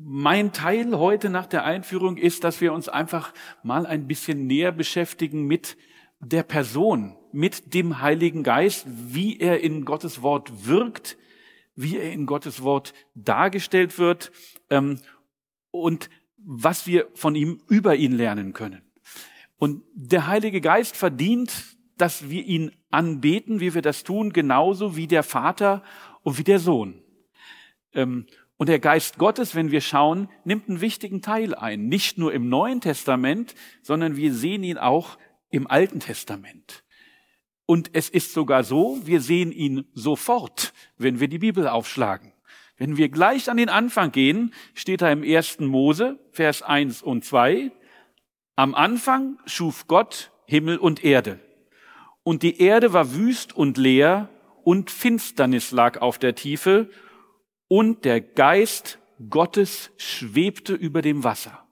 mein Teil heute nach der Einführung ist, dass wir uns einfach mal ein bisschen näher beschäftigen mit der Person, mit dem Heiligen Geist, wie er in Gottes Wort wirkt, wie er in Gottes Wort dargestellt wird und was wir von ihm über ihn lernen können. Und der Heilige Geist verdient, dass wir ihn anbeten, wie wir das tun, genauso wie der Vater und wie der Sohn. Und der Geist Gottes, wenn wir schauen, nimmt einen wichtigen Teil ein. Nicht nur im Neuen Testament, sondern wir sehen ihn auch im Alten Testament. Und es ist sogar so, wir sehen ihn sofort, wenn wir die Bibel aufschlagen. Wenn wir gleich an den Anfang gehen, steht da im 1. Mose, Vers 1 und 2, am Anfang schuf Gott Himmel und Erde. Und die Erde war wüst und leer und Finsternis lag auf der Tiefe und der Geist Gottes schwebte über dem Wasser.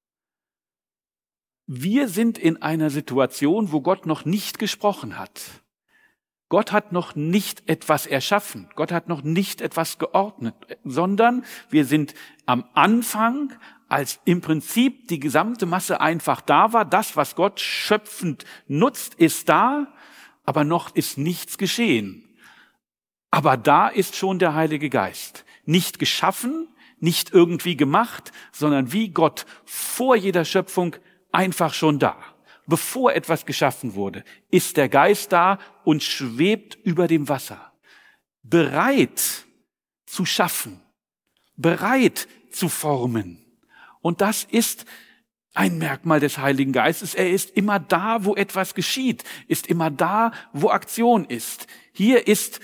Wir sind in einer Situation, wo Gott noch nicht gesprochen hat. Gott hat noch nicht etwas erschaffen. Gott hat noch nicht etwas geordnet, sondern wir sind am Anfang, als im Prinzip die gesamte Masse einfach da war. Das, was Gott schöpfend nutzt, ist da, aber noch ist nichts geschehen. Aber da ist schon der Heilige Geist. Nicht geschaffen, nicht irgendwie gemacht, sondern wie Gott vor jeder Schöpfung einfach schon da. Bevor etwas geschaffen wurde, ist der Geist da und schwebt über dem Wasser. Bereit zu schaffen, bereit zu formen. Und das ist ein Merkmal des Heiligen Geistes. Er ist immer da, wo etwas geschieht, ist immer da, wo Aktion ist. Hier ist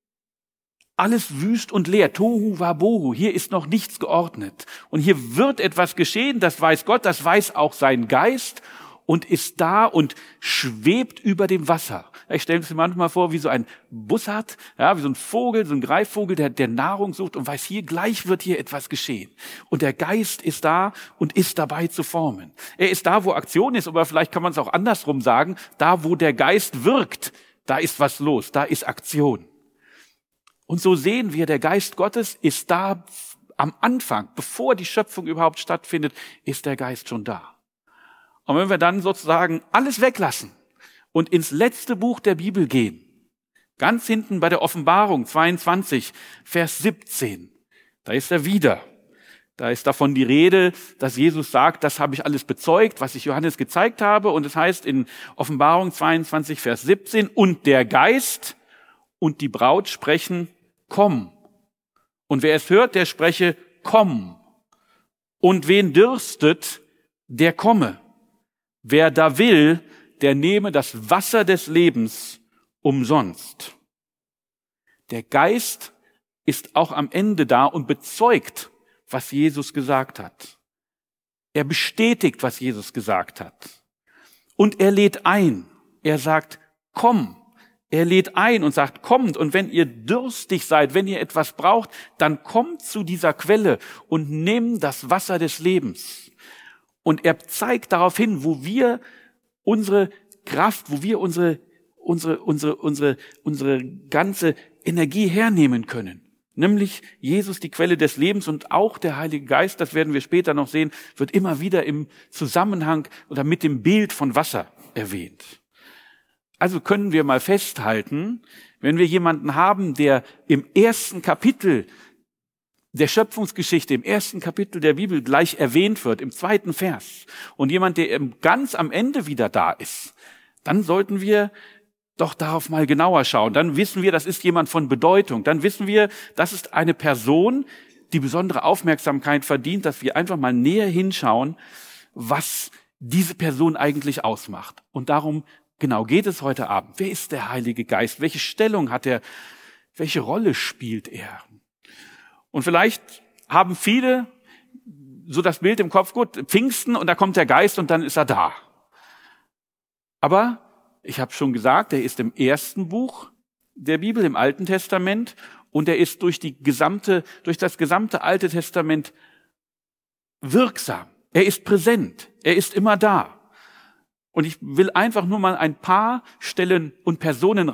alles wüst und leer, Tohu Wabohu, hier ist noch nichts geordnet. Und hier wird etwas geschehen, das weiß Gott, das weiß auch sein Geist und ist da und schwebt über dem Wasser. Ich stelle mir manchmal vor, wie so ein Bussard, ja, wie so ein Vogel, so ein Greifvogel, der Nahrung sucht und weiß, hier gleich wird hier etwas geschehen. Und der Geist ist da und ist dabei zu formen. Er ist da, wo Aktion ist, aber vielleicht kann man es auch andersrum sagen, da, wo der Geist wirkt, da ist was los, da ist Aktion. Und so sehen wir, der Geist Gottes ist da am Anfang, bevor die Schöpfung überhaupt stattfindet, ist der Geist schon da. Und wenn wir dann sozusagen alles weglassen und ins letzte Buch der Bibel gehen, ganz hinten bei der Offenbarung 22, Vers 17, da ist er wieder. Da ist davon die Rede, dass Jesus sagt, das habe ich alles bezeugt, was ich Johannes gezeigt habe. Und es heißt in Offenbarung 22, Vers 17, und der Geist und die Braut sprechen, komm. Und wer es hört, der spreche, komm. Und wen dürstet, der komme. Wer da will, der nehme das Wasser des Lebens umsonst. Der Geist ist auch am Ende da und bezeugt, was Jesus gesagt hat. Er bestätigt, was Jesus gesagt hat. Und er lädt ein. Er sagt, komm. Er lädt ein und sagt, kommt, und wenn ihr durstig seid, wenn ihr etwas braucht, dann kommt zu dieser Quelle und nehmt das Wasser des Lebens. Und er zeigt darauf hin, wo wir unsere Kraft, wo wir unsere ganze Energie hernehmen können. Nämlich Jesus, die Quelle des Lebens, und auch der Heilige Geist, das werden wir später noch sehen, wird immer wieder im Zusammenhang oder mit dem Bild von Wasser erwähnt. Also können wir mal festhalten, wenn wir jemanden haben, der im 1. Kapitel der Schöpfungsgeschichte, im 1. Kapitel der Bibel gleich erwähnt wird, im 2. Vers, und jemand, der ganz am Ende wieder da ist, dann sollten wir doch darauf mal genauer schauen. Dann wissen wir, das ist jemand von Bedeutung. Dann wissen wir, das ist eine Person, die besondere Aufmerksamkeit verdient, dass wir einfach mal näher hinschauen, was diese Person eigentlich ausmacht. Und darum genau geht es heute Abend. Wer ist der Heilige Geist? Welche Stellung hat er? Welche Rolle spielt er? Und vielleicht haben viele so das Bild im Kopf, gut, Pfingsten und da kommt der Geist und dann ist er da. Aber ich habe schon gesagt, er ist im 1. Buch der Bibel, im Alten Testament, und er ist durch das gesamte Alte Testament wirksam. Er ist präsent. Er ist immer da. Und ich will einfach nur mal ein paar Stellen und Personen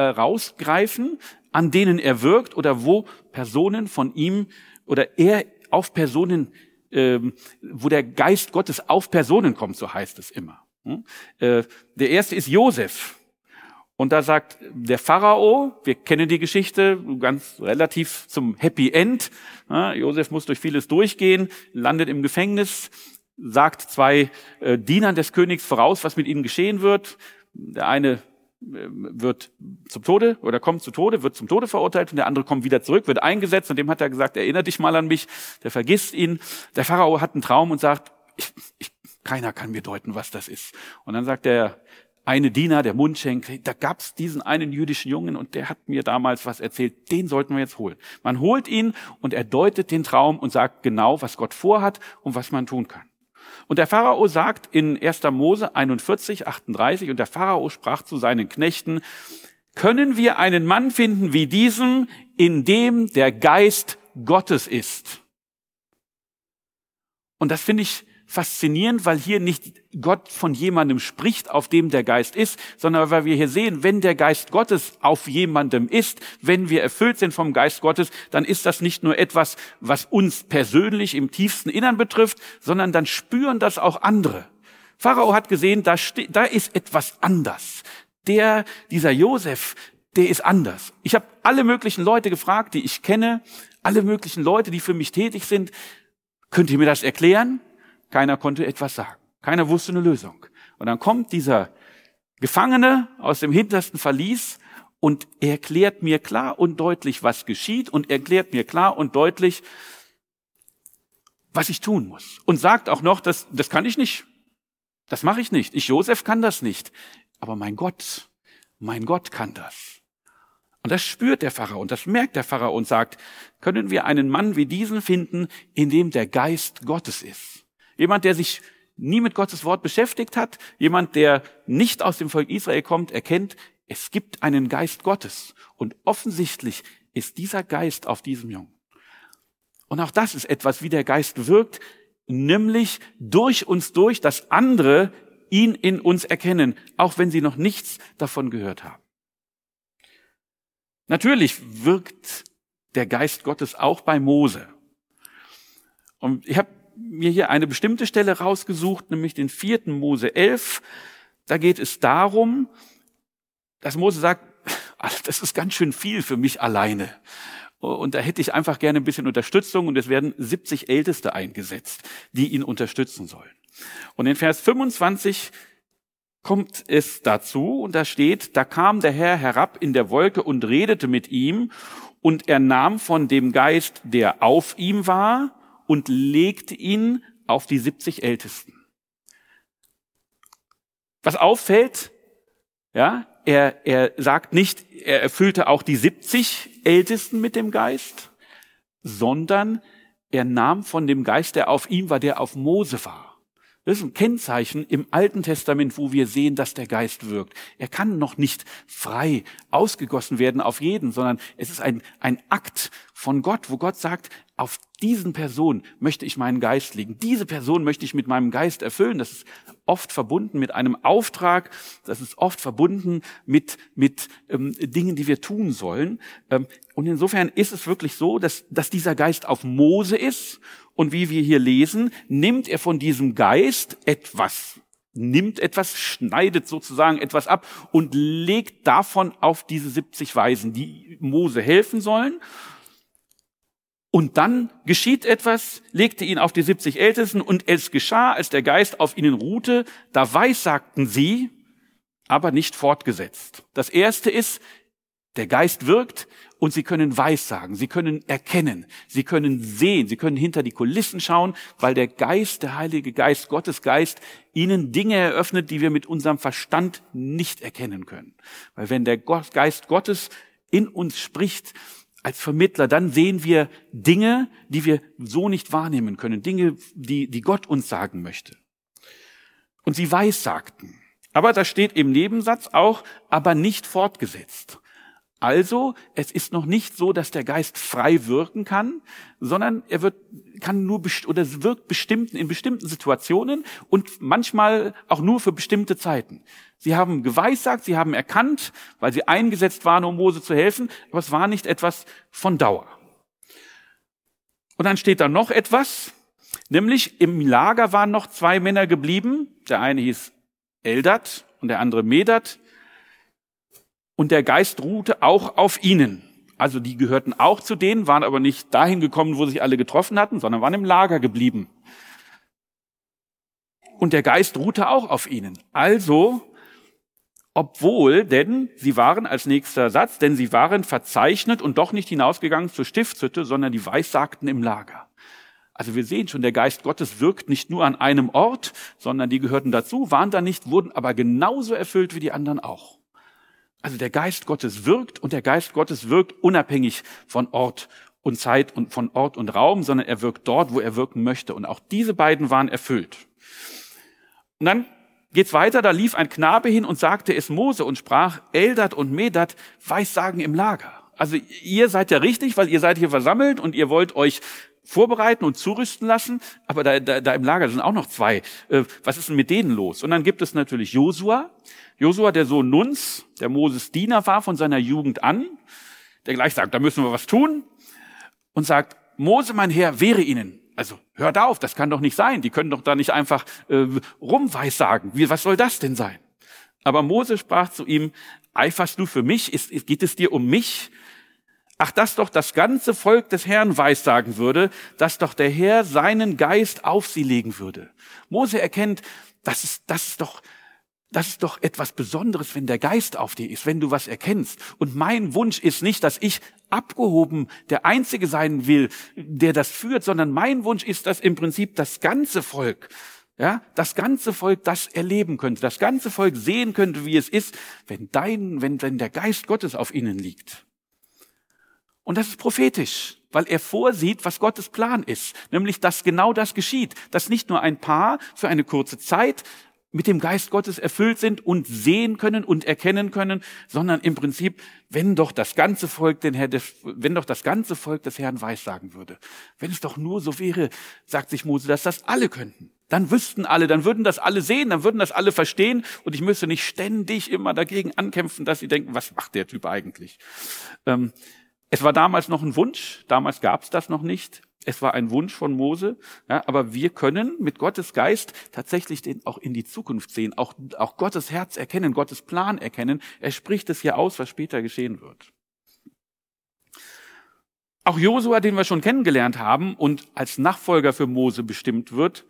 rausgreifen, an denen er wirkt oder wo Personen von ihm oder er auf Personen, wo der Geist Gottes auf Personen kommt, so heißt es immer. Der erste ist Josef. Und da sagt der Pharao, wir kennen die Geschichte, ganz relativ zum Happy End. Josef muss durch vieles durchgehen, landet im Gefängnis, sagt zwei Dienern des Königs voraus, was mit ihnen geschehen wird. Der eine wird zum Tode oder kommt zu Tode, wird zum Tode verurteilt und der andere kommt wieder zurück, wird eingesetzt und dem hat er gesagt, erinnere dich mal an mich, der vergisst ihn. Der Pharao hat einen Traum und sagt, keiner kann mir deuten, was das ist. Und dann sagt der eine Diener, der Mundschenk, da gab's diesen einen jüdischen Jungen und der hat mir damals was erzählt, den sollten wir jetzt holen. Man holt ihn und er deutet den Traum und sagt genau, was Gott vorhat und was man tun kann. Und der Pharao sagt in 1. Mose 41, 38, und der Pharao sprach zu seinen Knechten, können wir einen Mann finden wie diesen, in dem der Geist Gottes ist? Und das finde ich faszinierend, weil hier nicht Gott von jemandem spricht, auf dem der Geist ist, sondern weil wir hier sehen, wenn der Geist Gottes auf jemandem ist, wenn wir erfüllt sind vom Geist Gottes, dann ist das nicht nur etwas, was uns persönlich im tiefsten Innern betrifft, sondern dann spüren das auch andere. Pharao hat gesehen, da ist etwas anders. Dieser Josef, der ist anders. Ich habe alle möglichen Leute gefragt, die ich kenne, alle möglichen Leute, die für mich tätig sind. Könnt ihr mir das erklären? Keiner konnte etwas sagen. Keiner wusste eine Lösung. Und dann kommt dieser Gefangene aus dem hintersten Verlies und erklärt mir klar und deutlich, was geschieht und erklärt mir klar und deutlich, was ich tun muss. Und sagt auch noch, das kann ich nicht. Das mache ich nicht. Ich, Josef, kann das nicht. Aber mein Gott kann das. Und das spürt der Pharao und das merkt der Pharao und sagt, können wir einen Mann wie diesen finden, in dem der Geist Gottes ist? Jemand, der sich nie mit Gottes Wort beschäftigt hat, jemand, der nicht aus dem Volk Israel kommt, erkennt, es gibt einen Geist Gottes. Und offensichtlich ist dieser Geist auf diesem Jungen. Und auch das ist etwas, wie der Geist wirkt, nämlich durch uns durch, dass andere ihn in uns erkennen, auch wenn sie noch nichts davon gehört haben. Natürlich wirkt der Geist Gottes auch bei Mose. Und ich habe mir hier eine bestimmte Stelle rausgesucht, nämlich den 4. Mose 11. Da geht es darum, dass Mose sagt, das ist ganz schön viel für mich alleine. Und da hätte ich einfach gerne ein bisschen Unterstützung und es werden 70 Älteste eingesetzt, die ihn unterstützen sollen. Und in Vers 25 kommt es dazu und da steht, da kam der Herr herab in der Wolke und redete mit ihm und er nahm von dem Geist, der auf ihm war, und legte ihn auf die 70 Ältesten. Was auffällt, ja, er sagt nicht, er erfüllte auch die 70 Ältesten mit dem Geist, sondern er nahm von dem Geist, der auf ihm war, der auf Mose war. Das ist ein Kennzeichen im Alten Testament, wo wir sehen, dass der Geist wirkt. Er kann noch nicht frei ausgegossen werden auf jeden, sondern es ist ein Akt von Gott, wo Gott sagt, auf diesen Person möchte ich meinen Geist legen. Diese Person möchte ich mit meinem Geist erfüllen. Das ist oft verbunden mit einem Auftrag. Das ist oft verbunden mit Dingen, die wir tun sollen. Und insofern ist es wirklich so, dass dieser Geist auf Mose ist. Und wie wir hier lesen, nimmt er von diesem Geist etwas, schneidet sozusagen etwas ab und legt davon auf diese 70 Weisen, die Mose helfen sollen. Und dann geschieht etwas, legte ihn auf die 70 Ältesten und es geschah, als der Geist auf ihnen ruhte, da weissagten sie, aber nicht fortgesetzt. Das erste ist, der Geist wirkt und sie können weissagen, sie können erkennen, sie können sehen, sie können hinter die Kulissen schauen, weil der Geist, der Heilige Geist, Gottes Geist, ihnen Dinge eröffnet, die wir mit unserem Verstand nicht erkennen können. Weil wenn der Geist Gottes in uns spricht, als Vermittler, dann sehen wir Dinge, die wir so nicht wahrnehmen können, Dinge, die Gott uns sagen möchte. Und sie weissagten. Aber da steht im Nebensatz auch, aber nicht fortgesetzt. Also, es ist noch nicht so, dass der Geist frei wirken kann, sondern er wirkt in bestimmten Situationen und manchmal auch nur für bestimmte Zeiten. Sie haben geweissagt, sie haben erkannt, weil sie eingesetzt waren, um Mose zu helfen, aber es war nicht etwas von Dauer. Und dann steht da noch etwas, nämlich im Lager waren noch 2 Männer geblieben. Der eine hieß Eldad und der andere Medad. Und der Geist ruhte auch auf ihnen. Also die gehörten auch zu denen, waren aber nicht dahin gekommen, wo sich alle getroffen hatten, sondern waren im Lager geblieben. Und der Geist ruhte auch auf ihnen. Also, denn sie waren verzeichnet und doch nicht hinausgegangen zur Stiftshütte, sondern die weissagten im Lager. Also wir sehen schon, der Geist Gottes wirkt nicht nur an einem Ort, sondern die gehörten dazu, waren da nicht, wurden aber genauso erfüllt wie die anderen auch. Also der Geist Gottes wirkt und der Geist Gottes wirkt unabhängig von Ort und Zeit und von Ort und Raum, sondern er wirkt dort, wo er wirken möchte. Und auch diese beiden waren erfüllt. Und dann geht's weiter, da lief ein Knabe hin und sagte es Mose und sprach, Eldad und Medad weissagen im Lager. Also ihr seid ja richtig, weil ihr seid hier versammelt und ihr wollt euch vorbereiten und zurüsten lassen, aber da im Lager sind auch noch 2. Was ist denn mit denen los? Und dann gibt es natürlich Josua, der Sohn Nuns, der Moses Diener war von seiner Jugend an, der gleich sagt, da müssen wir was tun und sagt, Mose, mein Herr, wehre ihnen. Also hört auf, das kann doch nicht sein, die können doch da nicht einfach rumweissagen. Was soll das denn sein? Aber Mose sprach zu ihm, eiferst du für mich? Geht es dir um mich? Ach, dass doch das ganze Volk des Herrn weissagen würde, dass doch der Herr seinen Geist auf sie legen würde. Mose erkennt, das ist doch etwas Besonderes, wenn der Geist auf dir ist, wenn du was erkennst. Und mein Wunsch ist nicht, dass ich abgehoben der Einzige sein will, der das führt, sondern mein Wunsch ist, dass im Prinzip das ganze Volk das erleben könnte, das ganze Volk sehen könnte, wie es ist, wenn der Geist Gottes auf ihnen liegt. Und das ist prophetisch, weil er vorsieht, was Gottes Plan ist. Nämlich, dass genau das geschieht. Dass nicht nur ein Paar für eine kurze Zeit mit dem Geist Gottes erfüllt sind und sehen können und erkennen können, sondern im Prinzip, wenn doch das ganze Volk des Herrn weissagen würde. Wenn es doch nur so wäre, sagt sich Mose, dass das alle könnten. Dann wüssten alle, dann würden das alle sehen, dann würden das alle verstehen und ich müsste nicht ständig immer dagegen ankämpfen, dass sie denken, was macht der Typ eigentlich? Es war damals noch ein Wunsch, damals gab es das noch nicht. Es war ein Wunsch von Mose, ja, aber wir können mit Gottes Geist tatsächlich den auch in die Zukunft sehen, auch Gottes Herz erkennen, Gottes Plan erkennen. Er spricht es hier aus, was später geschehen wird. Auch Josua, den wir schon kennengelernt haben und als Nachfolger für Mose bestimmt wird,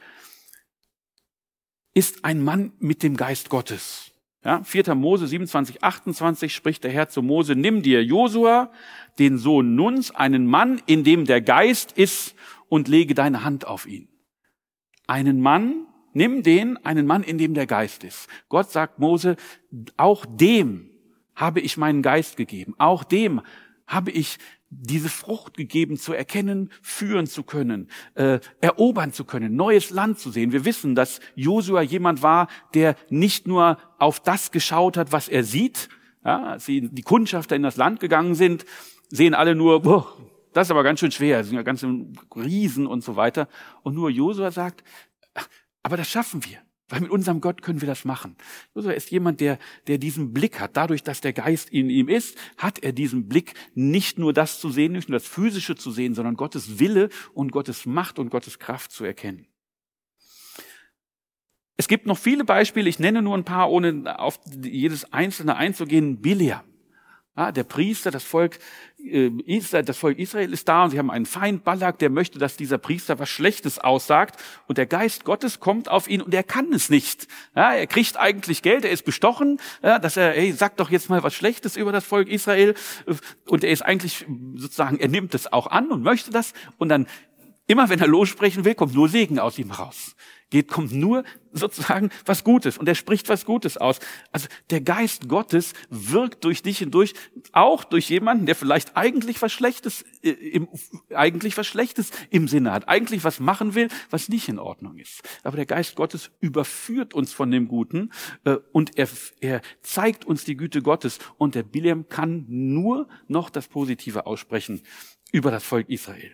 ist ein Mann mit dem Geist Gottes. Ja, 4. Mose 27, 28 spricht der Herr zu Mose, nimm dir Josua, den Sohn Nuns, einen Mann, in dem der Geist ist, und lege deine Hand auf ihn. Einen Mann, in dem der Geist ist. Gott sagt Mose, auch dem habe ich meinen Geist gegeben. Auch dem habe ich diese Frucht gegeben, zu erkennen, führen zu können, erobern zu können, neues Land zu sehen. Wir wissen, dass Josua jemand war, der nicht nur auf das geschaut hat, was er sieht. Ja, als die Kundschafter in das Land gegangen sind, sehen alle nur, boah, das ist aber ganz schön schwer, das sind ja ganze Riesen und so weiter. Und nur Josua sagt, aber das schaffen wir. Weil mit unserem Gott können wir das machen. Josua ist jemand, der diesen Blick hat. Dadurch, dass der Geist in ihm ist, hat er diesen Blick, nicht nur das zu sehen, nicht nur das Physische zu sehen, sondern Gottes Wille und Gottes Macht und Gottes Kraft zu erkennen. Es gibt noch viele Beispiele, ich nenne nur ein paar, ohne auf jedes einzelne einzugehen. Bileam. Ja, der Priester, das Volk Israel ist da und sie haben einen Feind, Balak, der möchte, dass dieser Priester was Schlechtes aussagt und der Geist Gottes kommt auf ihn und er kann es nicht. Ja, er kriegt eigentlich Geld, er ist bestochen, ja, dass sag doch jetzt mal was Schlechtes über das Volk Israel und er ist eigentlich sozusagen, er nimmt es auch an und möchte das und dann immer wenn er lossprechen will, kommt nur Segen aus ihm raus. Kommt nur sozusagen was Gutes und er spricht was Gutes aus. Also der Geist Gottes wirkt durch dich hindurch, auch durch jemanden, der vielleicht eigentlich was Schlechtes im Sinne hat, eigentlich was machen will, was nicht in Ordnung ist. Aber der Geist Gottes überführt uns von dem Guten und er zeigt uns die Güte Gottes und der Bileam kann nur noch das Positive aussprechen über das Volk Israel.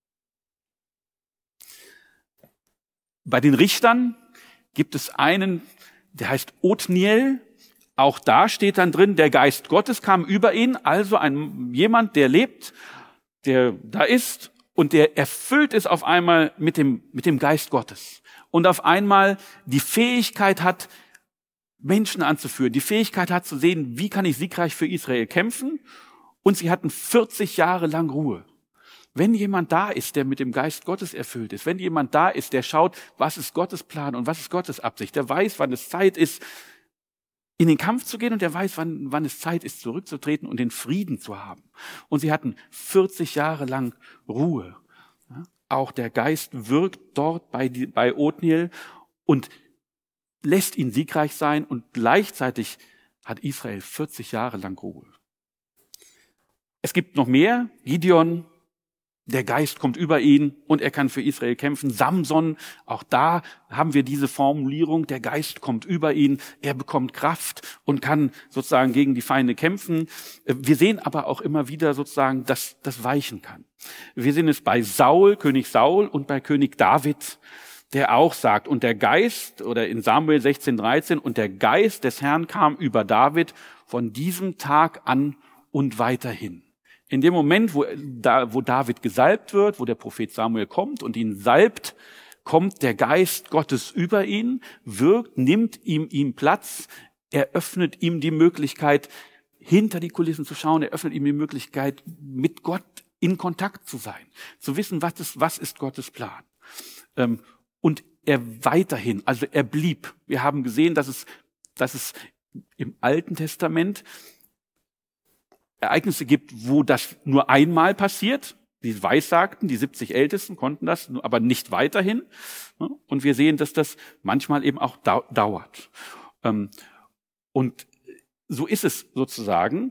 Bei den Richtern gibt es einen, der heißt Othniel. Auch da steht dann drin, der Geist Gottes kam über ihn, also jemand, der lebt, der da ist Und der erfüllt es auf einmal mit dem Geist Gottes. Und auf einmal die Fähigkeit hat, Menschen anzuführen, die Fähigkeit hat zu sehen, wie kann ich siegreich für Israel kämpfen. Und sie hatten 40 Jahre lang Ruhe. Wenn jemand da ist, der mit dem Geist Gottes erfüllt ist, wenn jemand da ist, der schaut, was ist Gottes Plan und was ist Gottes Absicht, der weiß, wann es Zeit ist, in den Kampf zu gehen und der weiß, wann es Zeit ist, zurückzutreten und den Frieden zu haben. Und sie hatten 40 Jahre lang Ruhe. Ja, auch der Geist wirkt dort bei Othniel und lässt ihn siegreich sein und gleichzeitig hat Israel 40 Jahre lang Ruhe. Es gibt noch mehr. Gideon, der Geist kommt über ihn und er kann für Israel kämpfen. Samson, auch da haben wir diese Formulierung, der Geist kommt über ihn, er bekommt Kraft und kann sozusagen gegen die Feinde kämpfen. Wir sehen aber auch immer wieder sozusagen, dass das weichen kann. Wir sehen es bei Saul, König Saul und bei König David, der auch sagt, und der Geist, oder in Samuel 16,13, und der Geist des Herrn kam über David von diesem Tag an und weiterhin. In dem Moment, wo David gesalbt wird, wo der Prophet Samuel kommt und ihn salbt, kommt der Geist Gottes über ihn, wirkt, nimmt ihm Platz, eröffnet ihm die Möglichkeit, hinter die Kulissen zu schauen, eröffnet ihm die Möglichkeit, mit Gott in Kontakt zu sein, zu wissen, was ist Gottes Plan. Und er weiterhin, also er blieb. Wir haben gesehen, dass es im Alten Testament Ereignisse gibt, wo das nur einmal passiert. Die Weissagten, die 70 Ältesten konnten das, aber nicht weiterhin. Und wir sehen, dass das manchmal eben auch dauert. Und so ist es sozusagen.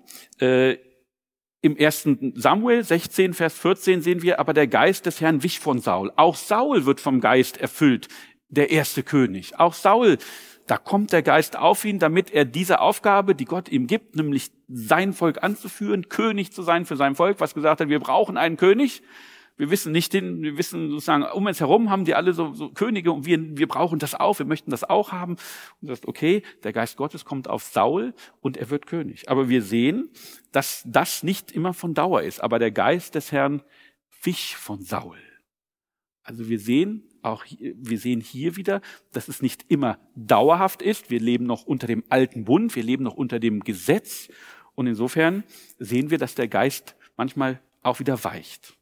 Im 1. Samuel 16, Vers 14 sehen wir, aber der Geist des Herrn wich von Saul. Auch Saul wird vom Geist erfüllt, der erste König. Auch Saul, da kommt der Geist auf ihn, damit er diese Aufgabe, die Gott ihm gibt, nämlich sein Volk anzuführen, König zu sein für sein Volk, was gesagt hat, wir brauchen einen König. Wir wissen sozusagen, um uns herum haben die alle so Könige und wir brauchen das auch, wir möchten das auch haben. Und sagt, okay, der Geist Gottes kommt auf Saul und er wird König. Aber wir sehen, dass das nicht immer von Dauer ist. Aber der Geist des Herrn wich von Saul. Also wir sehen hier wieder, dass es nicht immer dauerhaft ist. Wir leben noch unter dem alten Bund, wir leben noch unter dem Gesetz. Und insofern sehen wir, dass der Geist manchmal auch wieder weicht.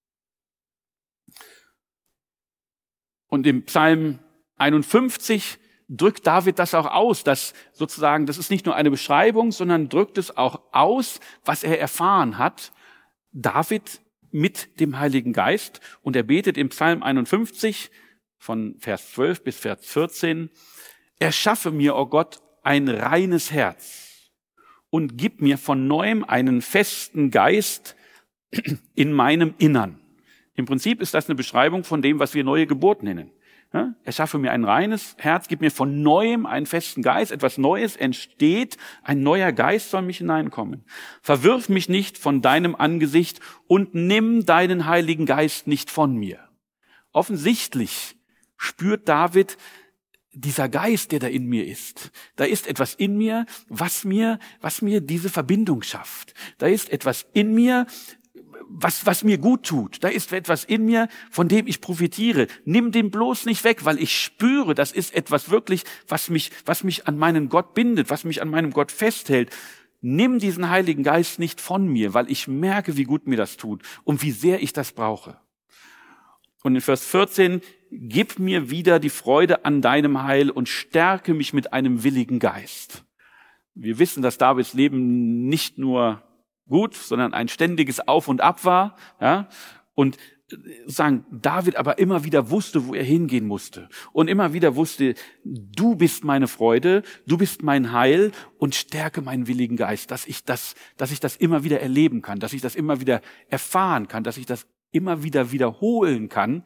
Und im Psalm 51 drückt David das auch aus, dass sozusagen, das ist nicht nur eine Beschreibung, sondern drückt es auch aus, was er erfahren hat. David mit dem Heiligen Geist. Und er betet im Psalm 51 von Vers 12 bis Vers 14, erschaffe mir, o Gott, ein reines Herz und gib mir von neuem einen festen Geist in meinem Innern. Im Prinzip ist das eine Beschreibung von dem, was wir neue Geburt nennen. Ja? Erschaffe mir ein reines Herz, gib mir von neuem einen festen Geist, etwas Neues entsteht, ein neuer Geist soll mich hineinkommen. Verwirf mich nicht von deinem Angesicht und nimm deinen Heiligen Geist nicht von mir. Offensichtlich spürt David, dieser Geist, der da in mir ist. Da ist etwas in mir, was mir diese Verbindung schafft. Da ist etwas in mir, was mir gut tut. Da ist etwas in mir, von dem ich profitiere. Nimm den bloß nicht weg, weil ich spüre, das ist etwas wirklich, was mich an meinen Gott bindet, was mich an meinem Gott festhält. Nimm diesen Heiligen Geist nicht von mir, weil ich merke, wie gut mir das tut und wie sehr ich das brauche. Und in Vers 14, gib mir wieder die Freude an deinem Heil und stärke mich mit einem willigen Geist. Wir wissen, dass Davids Leben nicht nur gut, sondern ein ständiges Auf und Ab war, ja, und sagen, David aber immer wieder wusste, wo er hingehen musste und immer wieder wusste, du bist meine Freude, du bist mein Heil und stärke meinen willigen Geist, dass ich das immer wieder erleben kann, dass ich das immer wieder erfahren kann, dass ich das immer wieder wiederholen kann,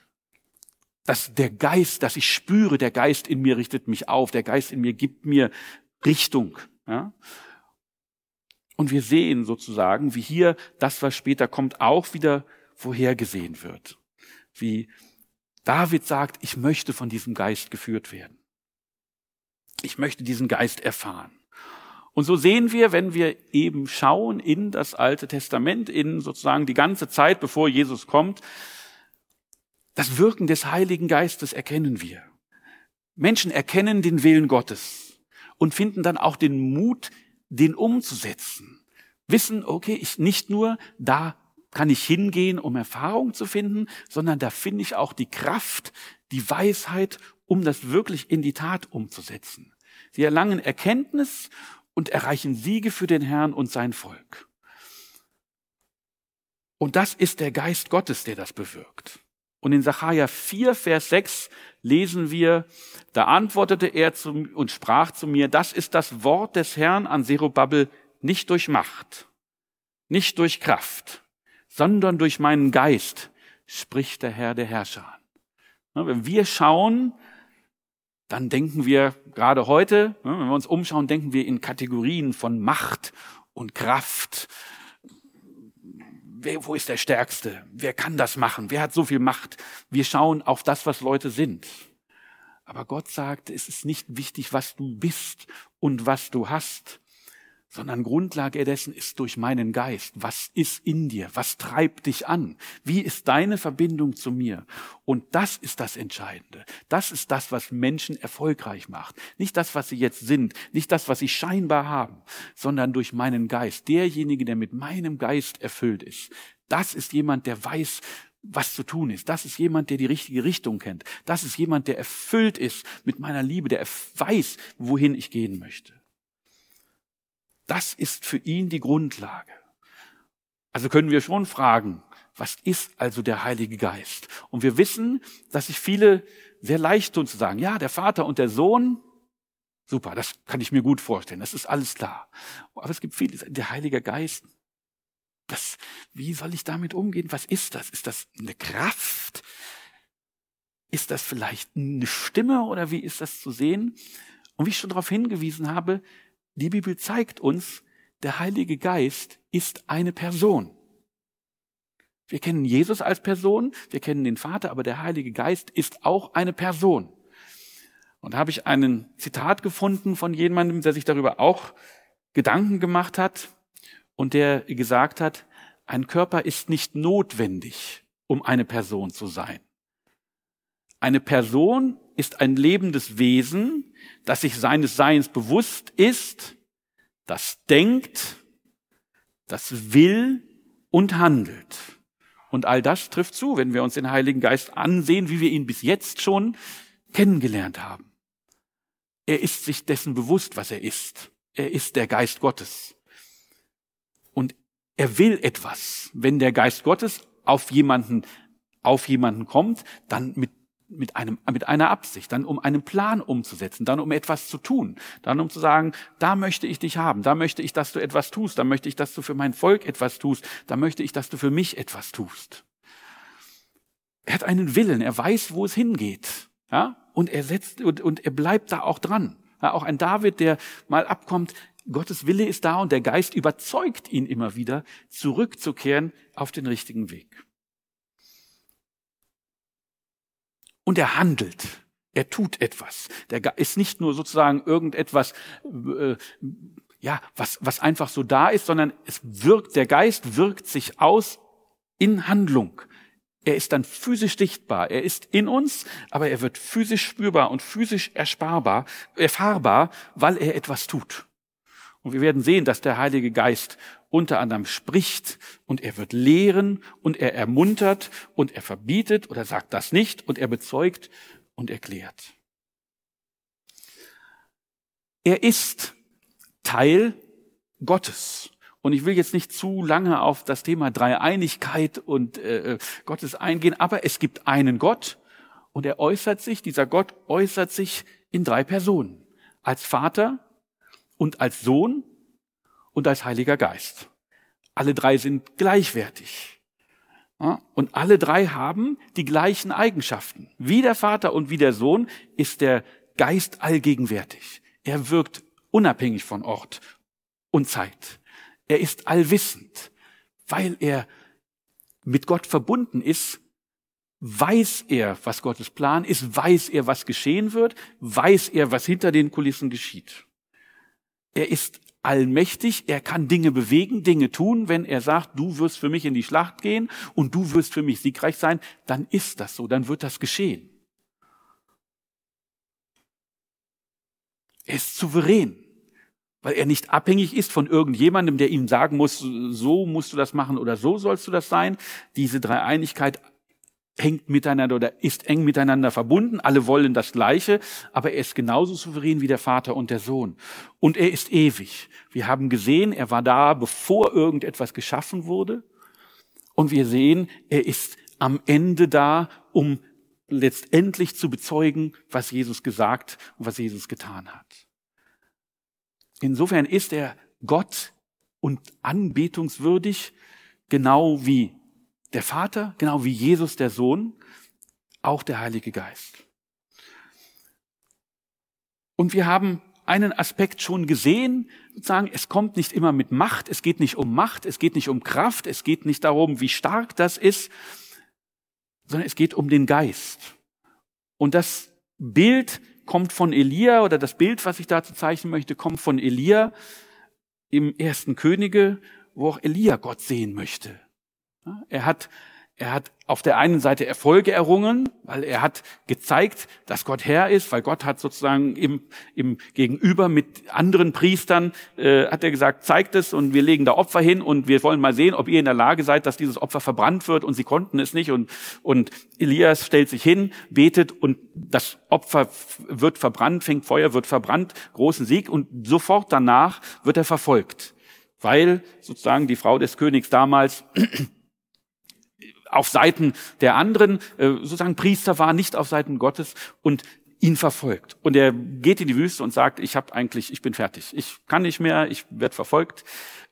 dass der Geist, dass ich spüre, der Geist in mir richtet mich auf, der Geist in mir gibt mir Richtung, ja. Und wir sehen sozusagen, wie hier das, was später kommt, auch wieder vorhergesehen wird. Wie David sagt, ich möchte von diesem Geist geführt werden. Ich möchte diesen Geist erfahren. Und so sehen wir, wenn wir eben schauen in das Alte Testament, in sozusagen die ganze Zeit, bevor Jesus kommt, das Wirken des Heiligen Geistes erkennen wir. Menschen erkennen den Willen Gottes und finden dann auch den Mut, den umzusetzen. Wissen, okay, ich nicht nur, da kann ich hingehen, um Erfahrung zu finden, sondern da finde ich auch die Kraft, die Weisheit, um das wirklich in die Tat umzusetzen. Sie erlangen Erkenntnis und erreichen Siege für den Herrn und sein Volk. Und das ist der Geist Gottes, der das bewirkt. Und in Sacharja 4, Vers 6 lesen wir, da antwortete er und sprach zu mir, das ist das Wort des Herrn an Zerubabel, nicht durch Macht, nicht durch Kraft, sondern durch meinen Geist, spricht der Herr der Herrscher. Wenn wir schauen, dann denken wir gerade heute, wenn wir uns umschauen, denken wir in Kategorien von Macht und Kraft. Wo ist der Stärkste? Wer kann das machen? Wer hat so viel Macht? Wir schauen auf das, was Leute sind. Aber Gott sagt, es ist nicht wichtig, was du bist und was du hast, sondern Grundlage dessen ist durch meinen Geist. Was ist in dir? Was treibt dich an? Wie ist deine Verbindung zu mir? Und das ist das Entscheidende. Das ist das, was Menschen erfolgreich macht. Nicht das, was sie jetzt sind, nicht das, was sie scheinbar haben, sondern durch meinen Geist. Derjenige, der mit meinem Geist erfüllt ist. Das ist jemand, der weiß, was zu tun ist. Das ist jemand, der die richtige Richtung kennt. Das ist jemand, der erfüllt ist mit meiner Liebe, der weiß, wohin ich gehen möchte. Das ist für ihn die Grundlage. Also können wir schon fragen, was ist also der Heilige Geist? Und wir wissen, dass sich viele sehr leicht tun zu sagen, ja, der Vater und der Sohn, super, das kann ich mir gut vorstellen, das ist alles klar. Aber es gibt viele, der Heilige Geist, wie soll ich damit umgehen? Was ist das? Ist das eine Kraft? Ist das vielleicht eine Stimme oder wie ist das zu sehen? Und wie ich schon darauf hingewiesen habe, die Bibel zeigt uns, der Heilige Geist ist eine Person. Wir kennen Jesus als Person, wir kennen den Vater, aber der Heilige Geist ist auch eine Person. Und da habe ich ein Zitat gefunden von jemandem, der sich darüber auch Gedanken gemacht hat und der gesagt hat, ein Körper ist nicht notwendig, um eine Person zu sein. Eine Person ist ein lebendes Wesen, das sich seines Seins bewusst ist, das denkt, das will und handelt. Und all das trifft zu, wenn wir uns den Heiligen Geist ansehen, wie wir ihn bis jetzt schon kennengelernt haben. Er ist sich dessen bewusst, was er ist. Er ist der Geist Gottes. Und er will etwas. Wenn der Geist Gottes auf jemanden kommt, dann mit einer Absicht, dann um einen Plan umzusetzen, dann um etwas zu tun, dann um zu sagen, da möchte ich dich haben, da möchte ich, dass du etwas tust, da möchte ich, dass du für mein Volk etwas tust, da möchte ich, dass du für mich etwas tust. Er hat einen Willen, er weiß, wo es hingeht, ja, und er bleibt da auch dran. Ja, auch ein David, der mal abkommt, Gottes Wille ist da und der Geist überzeugt ihn immer wieder, zurückzukehren auf den richtigen Weg. Und er handelt, er tut etwas. Der ist nicht nur sozusagen irgendetwas, was einfach so da ist, sondern der Geist wirkt sich aus in Handlung. Er ist dann physisch sichtbar. Er ist in uns, aber er wird physisch spürbar und physisch erfahrbar, weil er etwas tut. Und wir werden sehen, dass der Heilige Geist unter anderem spricht und er wird lehren und er ermuntert und er verbietet oder sagt das nicht und er bezeugt und erklärt. Er ist Teil Gottes. Und ich will jetzt nicht zu lange auf das Thema Dreieinigkeit und Gottes eingehen, aber es gibt einen Gott und dieser Gott äußert sich in 3 Personen. Als Vater und als Sohn und als Heiliger Geist. Alle 3 sind gleichwertig. Ja, und alle 3 haben die gleichen Eigenschaften. Wie der Vater und wie der Sohn ist der Geist allgegenwärtig. Er wirkt unabhängig von Ort und Zeit. Er ist allwissend. Weil er mit Gott verbunden ist, weiß er, was Gottes Plan ist, weiß er, was geschehen wird, weiß er, was hinter den Kulissen geschieht. Er ist allmächtig, er kann Dinge bewegen, Dinge tun. Wenn er sagt, du wirst für mich in die Schlacht gehen und du wirst für mich siegreich sein, dann ist das so, dann wird das geschehen. Er ist souverän, weil er nicht abhängig ist von irgendjemandem, der ihm sagen muss, so musst du das machen oder so sollst du das sein. Diese Dreieinigkeit hängt miteinander oder ist eng miteinander verbunden. Alle wollen das Gleiche, aber er ist genauso souverän wie der Vater und der Sohn. Und er ist ewig. Wir haben gesehen, er war da, bevor irgendetwas geschaffen wurde. Und wir sehen, er ist am Ende da, um letztendlich zu bezeugen, was Jesus gesagt und was Jesus getan hat. Insofern ist er Gott und anbetungswürdig, genau wie der Vater, genau wie Jesus der Sohn, auch der Heilige Geist. Und wir haben einen Aspekt schon gesehen, sozusagen, es kommt nicht immer mit Macht, es geht nicht um Macht, es geht nicht um Kraft, es geht nicht darum, wie stark das ist, sondern es geht um den Geist. Und das Bild kommt von Elia, oder das Bild, was ich dazu zeichnen möchte, kommt von Elia im 1. Könige, wo auch Elia Gott sehen möchte. Er hat auf der einen Seite Erfolge errungen, weil er hat gezeigt, dass Gott Herr ist, weil Gott hat sozusagen im Gegenüber mit anderen Priestern, hat er gesagt, zeigt es und wir legen da Opfer hin und wir wollen mal sehen, ob ihr in der Lage seid, dass dieses Opfer verbrannt wird, und sie konnten es nicht, und Elias stellt sich hin, betet und das Opfer wird verbrannt, fängt Feuer, wird verbrannt, großen Sieg, und sofort danach wird er verfolgt, weil sozusagen die Frau des Königs damals auf Seiten der anderen, sozusagen Priester war, nicht auf Seiten Gottes, und ihn verfolgt. Und er geht in die Wüste und sagt, ich bin fertig. Ich kann nicht mehr, ich werde verfolgt.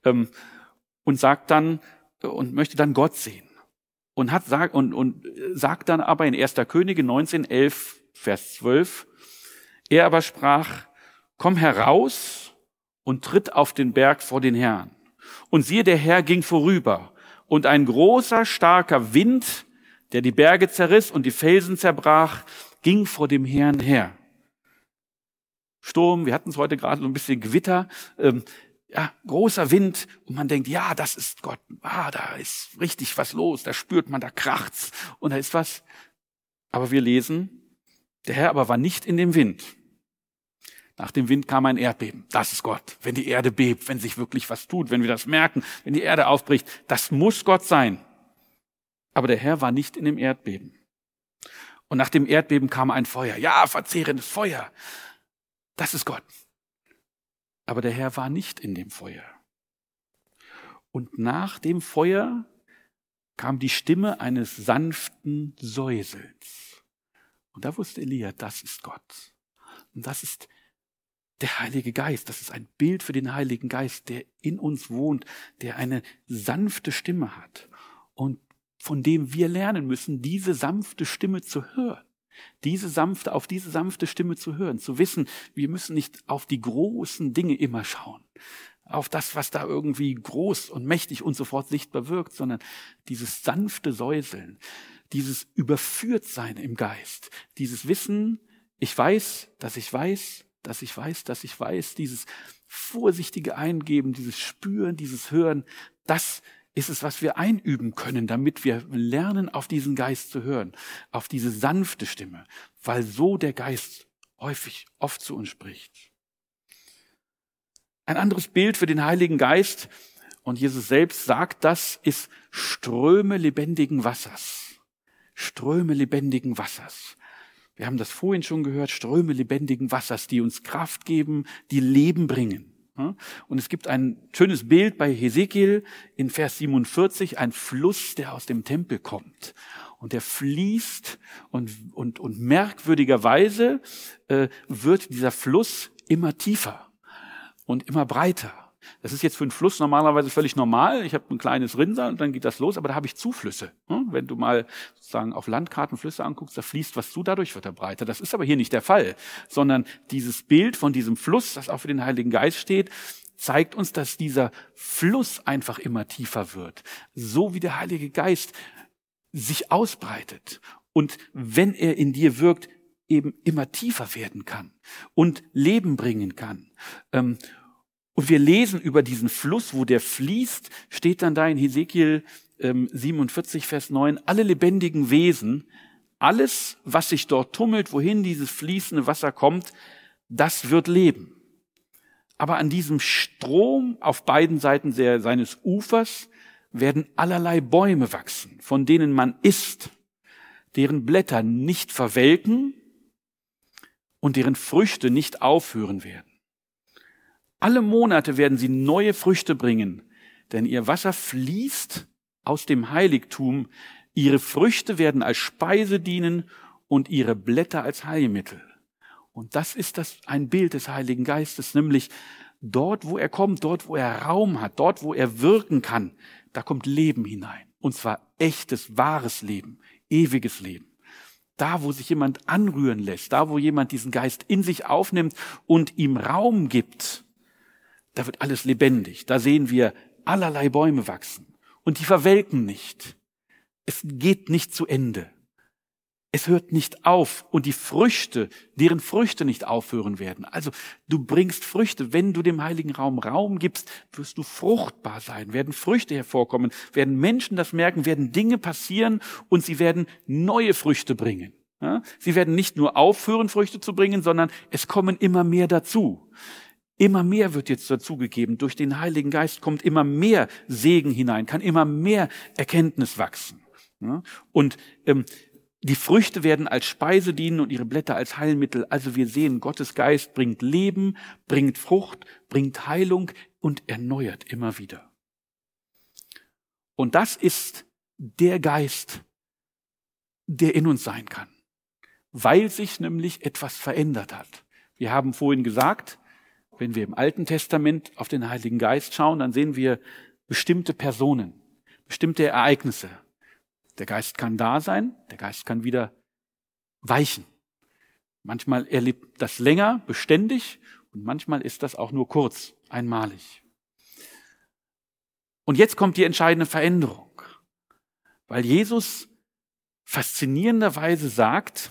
Und sagt dann, und möchte dann Gott sehen. Und sagt dann aber in 1. Könige 19, 11, Vers 12, er aber sprach, komm heraus und tritt auf den Berg vor den Herrn. Und siehe, der Herr ging vorüber. Und ein großer, starker Wind, der die Berge zerriss und die Felsen zerbrach, ging vor dem Herrn her. Sturm, wir hatten es heute gerade so ein bisschen Gewitter, großer Wind, und man denkt, ja, das ist Gott, da ist richtig was los, da spürt man, da kracht's und da ist was. Aber wir lesen, der Herr aber war nicht in dem Wind. Nach dem Wind kam ein Erdbeben. Das ist Gott. Wenn die Erde bebt, wenn sich wirklich was tut, wenn wir das merken, wenn die Erde aufbricht, das muss Gott sein. Aber der Herr war nicht in dem Erdbeben. Und nach dem Erdbeben kam ein Feuer. Ja, verzehrendes Feuer. Das ist Gott. Aber der Herr war nicht in dem Feuer. Und nach dem Feuer kam die Stimme eines sanften Säuselns. Und da wusste Elia, das ist Gott. Und das ist der Heilige Geist, das ist ein Bild für den Heiligen Geist, der in uns wohnt, der eine sanfte Stimme hat und von dem wir lernen müssen, diese sanfte Stimme zu hören. Auf diese sanfte Stimme zu hören, zu wissen, wir müssen nicht auf die großen Dinge immer schauen, auf das, was da irgendwie groß und mächtig und sofort sichtbar wirkt, sondern dieses sanfte Säuseln, dieses Überführtsein im Geist, dieses Wissen, ich weiß, dass ich weiß, dass ich weiß, dass ich weiß, dieses vorsichtige Eingeben, dieses Spüren, dieses Hören, das ist es, was wir einüben können, damit wir lernen, auf diesen Geist zu hören, auf diese sanfte Stimme, weil so der Geist oft zu uns spricht. Ein anderes Bild für den Heiligen Geist, und Jesus selbst sagt das, ist Ströme lebendigen Wassers. Ströme lebendigen Wassers. Wir haben das vorhin schon gehört, Ströme lebendigen Wassers, die uns Kraft geben, die Leben bringen. Und es gibt ein schönes Bild bei Hesekiel in Vers 47, ein Fluss, der aus dem Tempel kommt. Und der fließt und merkwürdigerweise wird dieser Fluss immer tiefer und immer breiter. Das ist jetzt für einen Fluss normalerweise völlig normal. Ich habe ein kleines Rinnsal und dann geht das los, aber da habe ich Zuflüsse. Wenn du mal sozusagen auf Landkarten Flüsse anguckst, da fließt was zu, dadurch wird er breiter. Das ist aber hier nicht der Fall, sondern dieses Bild von diesem Fluss, das auch für den Heiligen Geist steht, zeigt uns, dass dieser Fluss einfach immer tiefer wird. So wie der Heilige Geist sich ausbreitet und wenn er in dir wirkt, eben immer tiefer werden kann und Leben bringen kann. Und wir lesen über diesen Fluss, wo der fließt, steht dann da in Hesekiel 47, Vers 9, alle lebendigen Wesen, alles, was sich dort tummelt, wohin dieses fließende Wasser kommt, das wird leben. Aber an diesem Strom auf beiden Seiten seines Ufers werden allerlei Bäume wachsen, von denen man isst, deren Blätter nicht verwelken und deren Früchte nicht aufhören werden. Alle Monate werden sie neue Früchte bringen, denn ihr Wasser fließt aus dem Heiligtum. Ihre Früchte werden als Speise dienen und ihre Blätter als Heilmittel. Und das ist ein Bild des Heiligen Geistes, nämlich dort, wo er kommt, dort, wo er Raum hat, dort, wo er wirken kann, da kommt Leben hinein. Und zwar echtes, wahres Leben, ewiges Leben. Da, wo sich jemand anrühren lässt, da, wo jemand diesen Geist in sich aufnimmt und ihm Raum gibt, da wird alles lebendig. Da sehen wir allerlei Bäume wachsen. Und die verwelken nicht. Es geht nicht zu Ende. Es hört nicht auf. Und die Früchte, deren Früchte nicht aufhören werden. Also du bringst Früchte. Wenn du dem Heiligen Raum gibst, wirst du fruchtbar sein. Werden Früchte hervorkommen. Werden Menschen das merken. Werden Dinge passieren. Und sie werden neue Früchte bringen. Ja? Sie werden nicht nur aufhören, Früchte zu bringen, sondern es kommen immer mehr dazu. Immer mehr wird jetzt dazugegeben. Durch den Heiligen Geist kommt immer mehr Segen hinein, kann immer mehr Erkenntnis wachsen. Und die Früchte werden als Speise dienen und ihre Blätter als Heilmittel. Also wir sehen, Gottes Geist bringt Leben, bringt Frucht, bringt Heilung und erneuert immer wieder. Und das ist der Geist, der in uns sein kann, weil sich nämlich etwas verändert hat. Wir haben vorhin gesagt, wenn wir im Alten Testament auf den Heiligen Geist schauen, dann sehen wir bestimmte Personen, bestimmte Ereignisse. Der Geist kann da sein, der Geist kann wieder weichen. Manchmal erlebt das länger, beständig, und manchmal ist das auch nur kurz, einmalig. Und jetzt kommt die entscheidende Veränderung, weil Jesus faszinierenderweise sagt,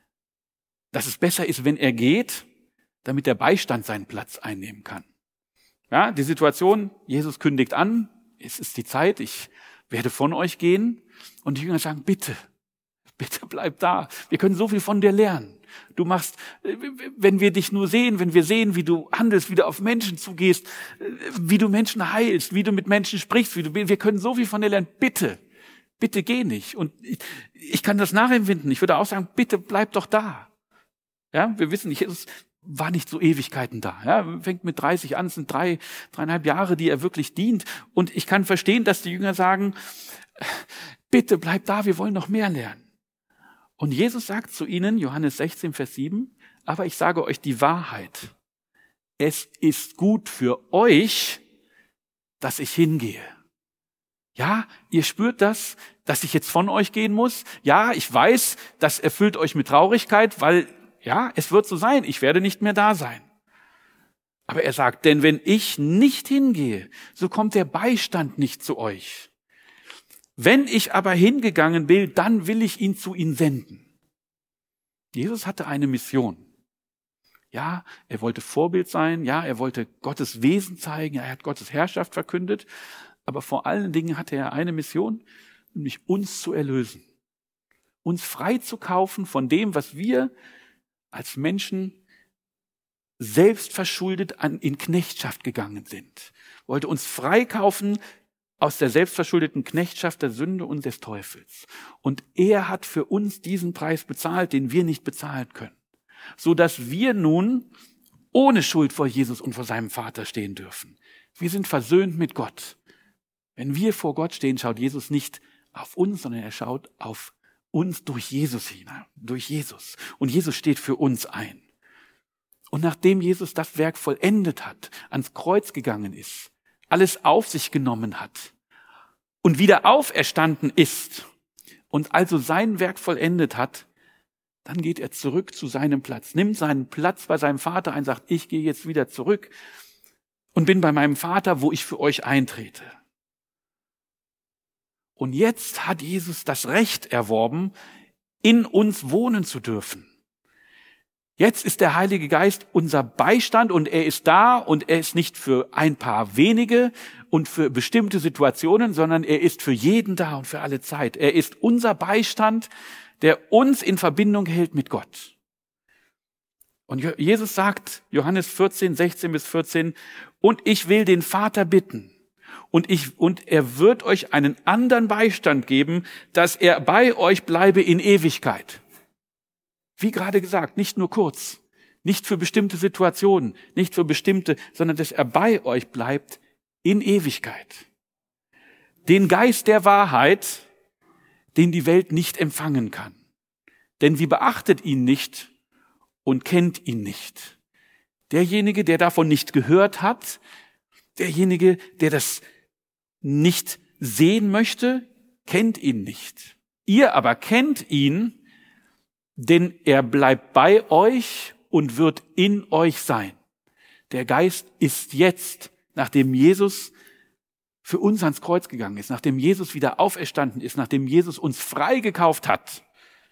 dass es besser ist, wenn er geht, damit der Beistand seinen Platz einnehmen kann. Ja, die Situation, Jesus kündigt an, es ist die Zeit, ich werde von euch gehen. Und die Jünger sagen, bitte bleib da. Wir können so viel von dir lernen. Du machst, wenn wir dich nur sehen, wenn wir sehen, wie du handelst, wie du auf Menschen zugehst, wie du Menschen heilst, wie du mit Menschen sprichst, wir können so viel von dir lernen. Bitte geh nicht. Und ich kann das nachempfinden. Ich würde auch sagen, bitte bleib doch da. Ja, wir wissen, Jesus war nicht so Ewigkeiten da. Ja, fängt mit 30 an, es sind 3,5 Jahre, die er wirklich dient. Und ich kann verstehen, dass die Jünger sagen, bitte bleib da, wir wollen noch mehr lernen. Und Jesus sagt zu ihnen, Johannes 16, Vers 7, aber ich sage euch die Wahrheit. Es ist gut für euch, dass ich hingehe. Ja, ihr spürt das, dass ich jetzt von euch gehen muss. Ja, ich weiß, das erfüllt euch mit Traurigkeit, weil ja, es wird so sein, ich werde nicht mehr da sein. Aber er sagt, denn wenn ich nicht hingehe, so kommt der Beistand nicht zu euch. Wenn ich aber hingegangen bin, dann will ich ihn zu ihnen senden. Jesus hatte eine Mission. Ja, er wollte Vorbild sein, ja, er wollte Gottes Wesen zeigen, er hat Gottes Herrschaft verkündet, aber vor allen Dingen hatte er eine Mission, nämlich uns zu erlösen. Uns freizukaufen von dem, was wir als Menschen selbst verschuldet in Knechtschaft gegangen sind. Wollte uns freikaufen aus der selbstverschuldeten Knechtschaft der Sünde und des Teufels. Und er hat für uns diesen Preis bezahlt, den wir nicht bezahlen können. So dass wir nun ohne Schuld vor Jesus und vor seinem Vater stehen dürfen. Wir sind versöhnt mit Gott. Wenn wir vor Gott stehen, schaut Jesus nicht auf uns, sondern er schaut auf uns durch Jesus hinein, durch Jesus. Und Jesus steht für uns ein. Und nachdem Jesus das Werk vollendet hat, ans Kreuz gegangen ist, alles auf sich genommen hat und wieder auferstanden ist und also sein Werk vollendet hat, dann geht er zurück zu seinem Platz, nimmt seinen Platz bei seinem Vater ein, sagt, ich gehe jetzt wieder zurück und bin bei meinem Vater, wo ich für euch eintrete. Und jetzt hat Jesus das Recht erworben, in uns wohnen zu dürfen. Jetzt ist der Heilige Geist unser Beistand und er ist da und er ist nicht für ein paar wenige und für bestimmte Situationen, sondern er ist für jeden da und für alle Zeit. Er ist unser Beistand, der uns in Verbindung hält mit Gott. Und Jesus sagt, Johannes 14, 16 bis 14, und ich will den Vater bitten und er wird euch einen anderen Beistand geben, dass er bei euch bleibe in Ewigkeit. Wie gerade gesagt, nicht nur kurz, nicht für bestimmte Situationen, nicht für bestimmte, sondern dass er bei euch bleibt in Ewigkeit. Den Geist der Wahrheit, den die Welt nicht empfangen kann. Denn sie beachtet ihn nicht und kennt ihn nicht. Derjenige, der davon nicht gehört hat, derjenige, der das nicht sehen möchte, kennt ihn nicht. Ihr aber kennt ihn, denn er bleibt bei euch und wird in euch sein. Der Geist ist jetzt, nachdem Jesus für uns ans Kreuz gegangen ist, nachdem Jesus wieder auferstanden ist, nachdem Jesus uns freigekauft hat,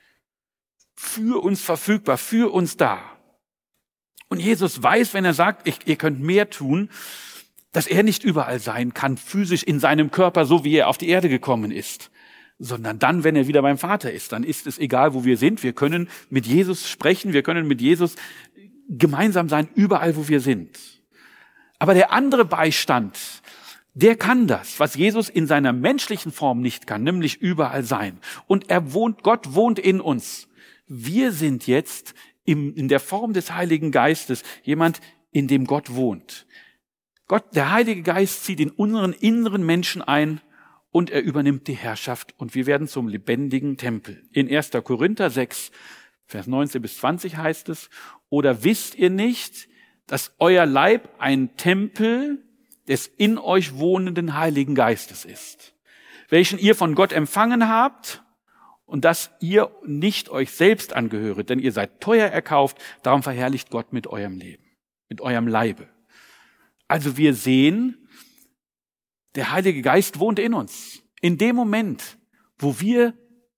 für uns verfügbar, für uns da. Und Jesus weiß, wenn er sagt, ihr könnt mehr tun, dass er nicht überall sein kann, physisch in seinem Körper, so wie er auf die Erde gekommen ist, sondern dann, wenn er wieder beim Vater ist, dann ist es egal, wo wir sind. Wir können mit Jesus sprechen, wir können mit Jesus gemeinsam sein, überall, wo wir sind. Aber der andere Beistand, der kann das, was Jesus in seiner menschlichen Form nicht kann, nämlich überall sein. Und Gott wohnt in uns. Wir sind jetzt in der Form des Heiligen Geistes jemand, in dem Gott wohnt. Der Heilige Geist zieht in unseren inneren Menschen ein und er übernimmt die Herrschaft und wir werden zum lebendigen Tempel. In 1. Korinther 6, Vers 19 bis 20 heißt es, oder wisst ihr nicht, dass euer Leib ein Tempel des in euch wohnenden Heiligen Geistes ist, welchen ihr von Gott empfangen habt und dass ihr nicht euch selbst angehöret, denn ihr seid teuer erkauft, darum verherrlicht Gott mit eurem Leben, mit eurem Leibe. Also wir sehen, der Heilige Geist wohnt in uns. In dem Moment, wo wir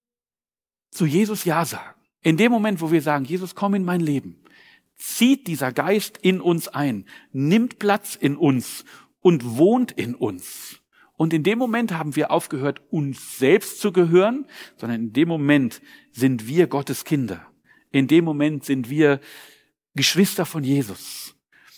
zu Jesus Ja sagen, in dem Moment, wo wir sagen, Jesus, komm in mein Leben, zieht dieser Geist in uns ein, nimmt Platz in uns und wohnt in uns. Und in dem Moment haben wir aufgehört, uns selbst zu gehören, sondern in dem Moment sind wir Gottes Kinder. In dem Moment sind wir Geschwister von Jesus.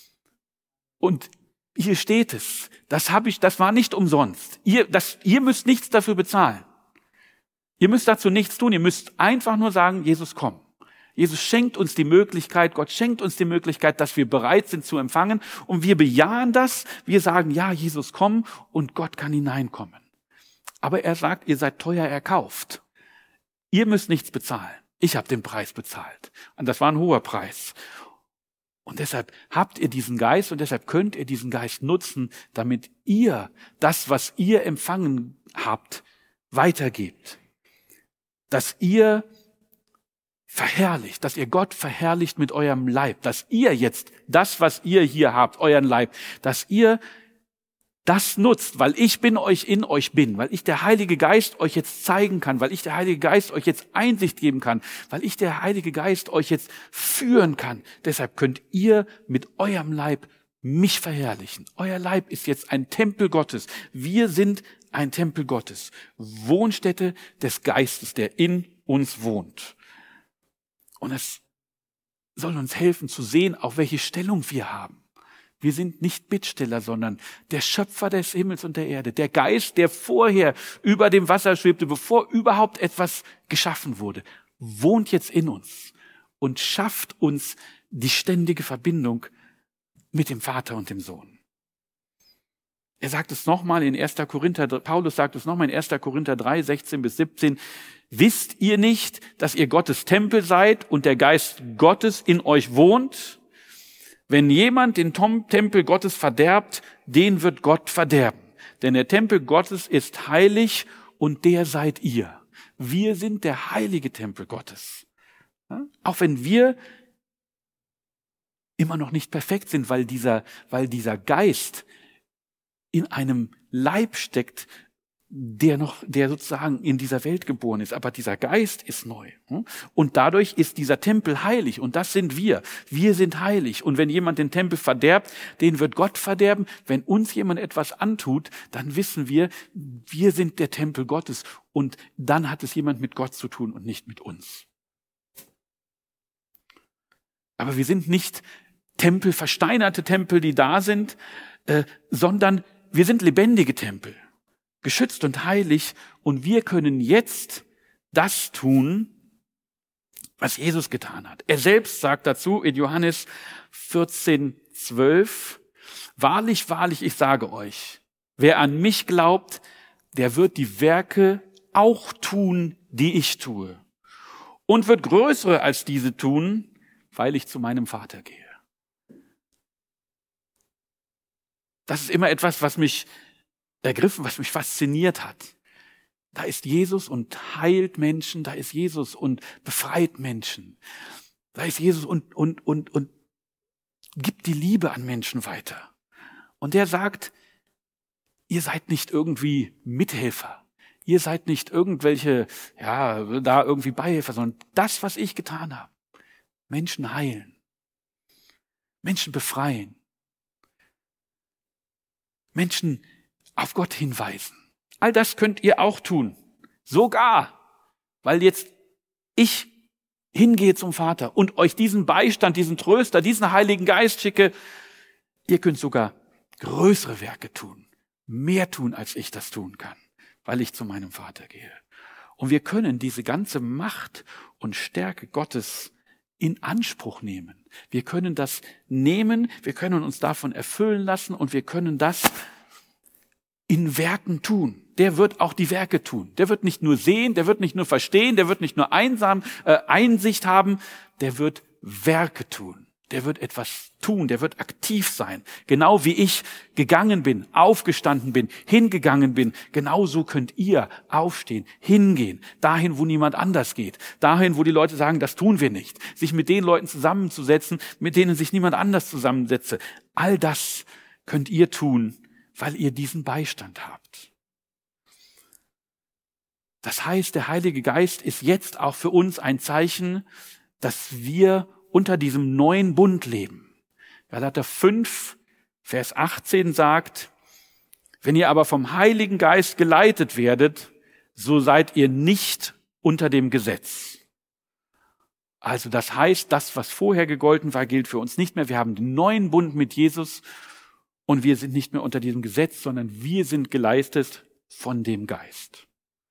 Und hier steht es, das war nicht umsonst. Ihr müsst nichts dafür bezahlen. Ihr müsst dazu nichts tun, ihr müsst einfach nur sagen, Jesus, komm. Jesus schenkt uns die Möglichkeit, Gott schenkt uns die Möglichkeit, dass wir bereit sind zu empfangen und wir bejahen das, wir sagen, ja, Jesus, komm und Gott kann hineinkommen. Aber er sagt, ihr seid teuer erkauft. Ihr müsst nichts bezahlen. Ich habe den Preis bezahlt. Und das war ein hoher Preis. Und deshalb habt ihr diesen Geist und deshalb könnt ihr diesen Geist nutzen, damit ihr das, was ihr empfangen habt, weitergebt. Dass ihr verherrlicht, dass ihr Gott verherrlicht mit eurem Leib, dass ihr jetzt das, was ihr hier habt, euren Leib, dass ihr das nutzt, weil ich in euch bin, weil ich der Heilige Geist euch jetzt zeigen kann, weil ich der Heilige Geist euch jetzt Einsicht geben kann, weil ich der Heilige Geist euch jetzt führen kann. Deshalb könnt ihr mit eurem Leib mich verherrlichen. Euer Leib ist jetzt ein Tempel Gottes. Wir sind ein Tempel Gottes. Wohnstätte des Geistes, der in uns wohnt. Und es soll uns helfen zu sehen, auch welche Stellung wir haben. Wir sind nicht Bittsteller, sondern der Schöpfer des Himmels und der Erde. Der Geist, der vorher über dem Wasser schwebte, bevor überhaupt etwas geschaffen wurde, wohnt jetzt in uns und schafft uns die ständige Verbindung mit dem Vater und dem Sohn. Er sagt es nochmal in 1. Korinther, Paulus sagt es nochmal in 1. Korinther 3, 16 bis 17. Wisst ihr nicht, dass ihr Gottes Tempel seid und der Geist Gottes in euch wohnt? Wenn jemand den Tempel Gottes verderbt, den wird Gott verderben. Denn der Tempel Gottes ist heilig und der seid ihr. Wir sind der heilige Tempel Gottes. Ja? Auch wenn wir immer noch nicht perfekt sind, weil dieser Geist in einem Leib steckt, der sozusagen in dieser Welt geboren ist. Aber dieser Geist ist neu. Und dadurch ist dieser Tempel heilig. Und das sind wir. Wir sind heilig. Und wenn jemand den Tempel verderbt, den wird Gott verderben. Wenn uns jemand etwas antut, dann wissen wir, wir sind der Tempel Gottes. Und dann hat es jemand mit Gott zu tun und nicht mit uns. Aber wir sind nicht Tempel, versteinerte Tempel, die da sind, sondern wir sind lebendige Tempel. Geschützt und heilig, und wir können jetzt das tun, was Jesus getan hat. Er selbst sagt dazu in Johannes 14,12: Wahrlich, wahrlich, ich sage euch, wer an mich glaubt, der wird die Werke auch tun, die ich tue, und wird größere als diese tun, weil ich zu meinem Vater gehe. Das ist immer etwas, was mich ergriffen, was mich fasziniert hat. Da ist Jesus und heilt Menschen, da ist Jesus und befreit Menschen. Da ist Jesus und gibt die Liebe an Menschen weiter. Und der sagt, ihr seid nicht irgendwie Mithelfer. Ihr seid nicht irgendwelche, da irgendwie Beihelfer, sondern das, was ich getan habe. Menschen heilen. Menschen befreien. Menschen auf Gott hinweisen. All das könnt ihr auch tun. Sogar, weil jetzt ich hingehe zum Vater und euch diesen Beistand, diesen Tröster, diesen Heiligen Geist schicke. Ihr könnt sogar größere Werke tun. Mehr tun, als ich das tun kann, weil ich zu meinem Vater gehe. Und wir können diese ganze Macht und Stärke Gottes in Anspruch nehmen. Wir können das nehmen, wir können uns davon erfüllen lassen und wir können das in Werken tun. Der wird auch die Werke tun. Der wird nicht nur sehen, der wird nicht nur verstehen, der wird nicht nur Einsicht haben, der wird Werke tun. Der wird etwas tun, der wird aktiv sein. Genau wie ich gegangen bin, aufgestanden bin, hingegangen bin, genauso könnt ihr aufstehen, hingehen, dahin, wo niemand anders geht, dahin, wo die Leute sagen, das tun wir nicht, sich mit den Leuten zusammenzusetzen, mit denen sich niemand anders zusammensetze. All das könnt ihr tun, weil ihr diesen Beistand habt. Das heißt, der Heilige Geist ist jetzt auch für uns ein Zeichen, dass wir unter diesem neuen Bund leben. Galater 5, Vers 18 sagt, wenn ihr aber vom Heiligen Geist geleitet werdet, so seid ihr nicht unter dem Gesetz. Also das heißt, das, was vorher gegolten war, gilt für uns nicht mehr. Wir haben den neuen Bund mit Jesus und wir sind nicht mehr unter diesem Gesetz, sondern wir sind geleitet von dem Geist.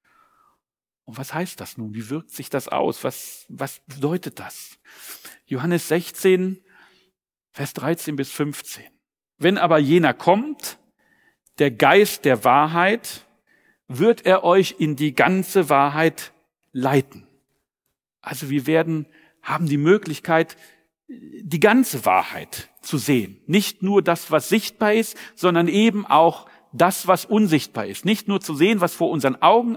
Und was heißt das nun? Wie wirkt sich das aus? Was bedeutet das? Johannes 16, Vers 13 bis 15. Wenn aber jener kommt, der Geist der Wahrheit, wird er euch in die ganze Wahrheit leiten. Also wir haben die Möglichkeit, die ganze Wahrheit zu sehen. Nicht nur das, was sichtbar ist, sondern eben auch das, was unsichtbar ist. Nicht nur zu sehen, was vor unseren Augen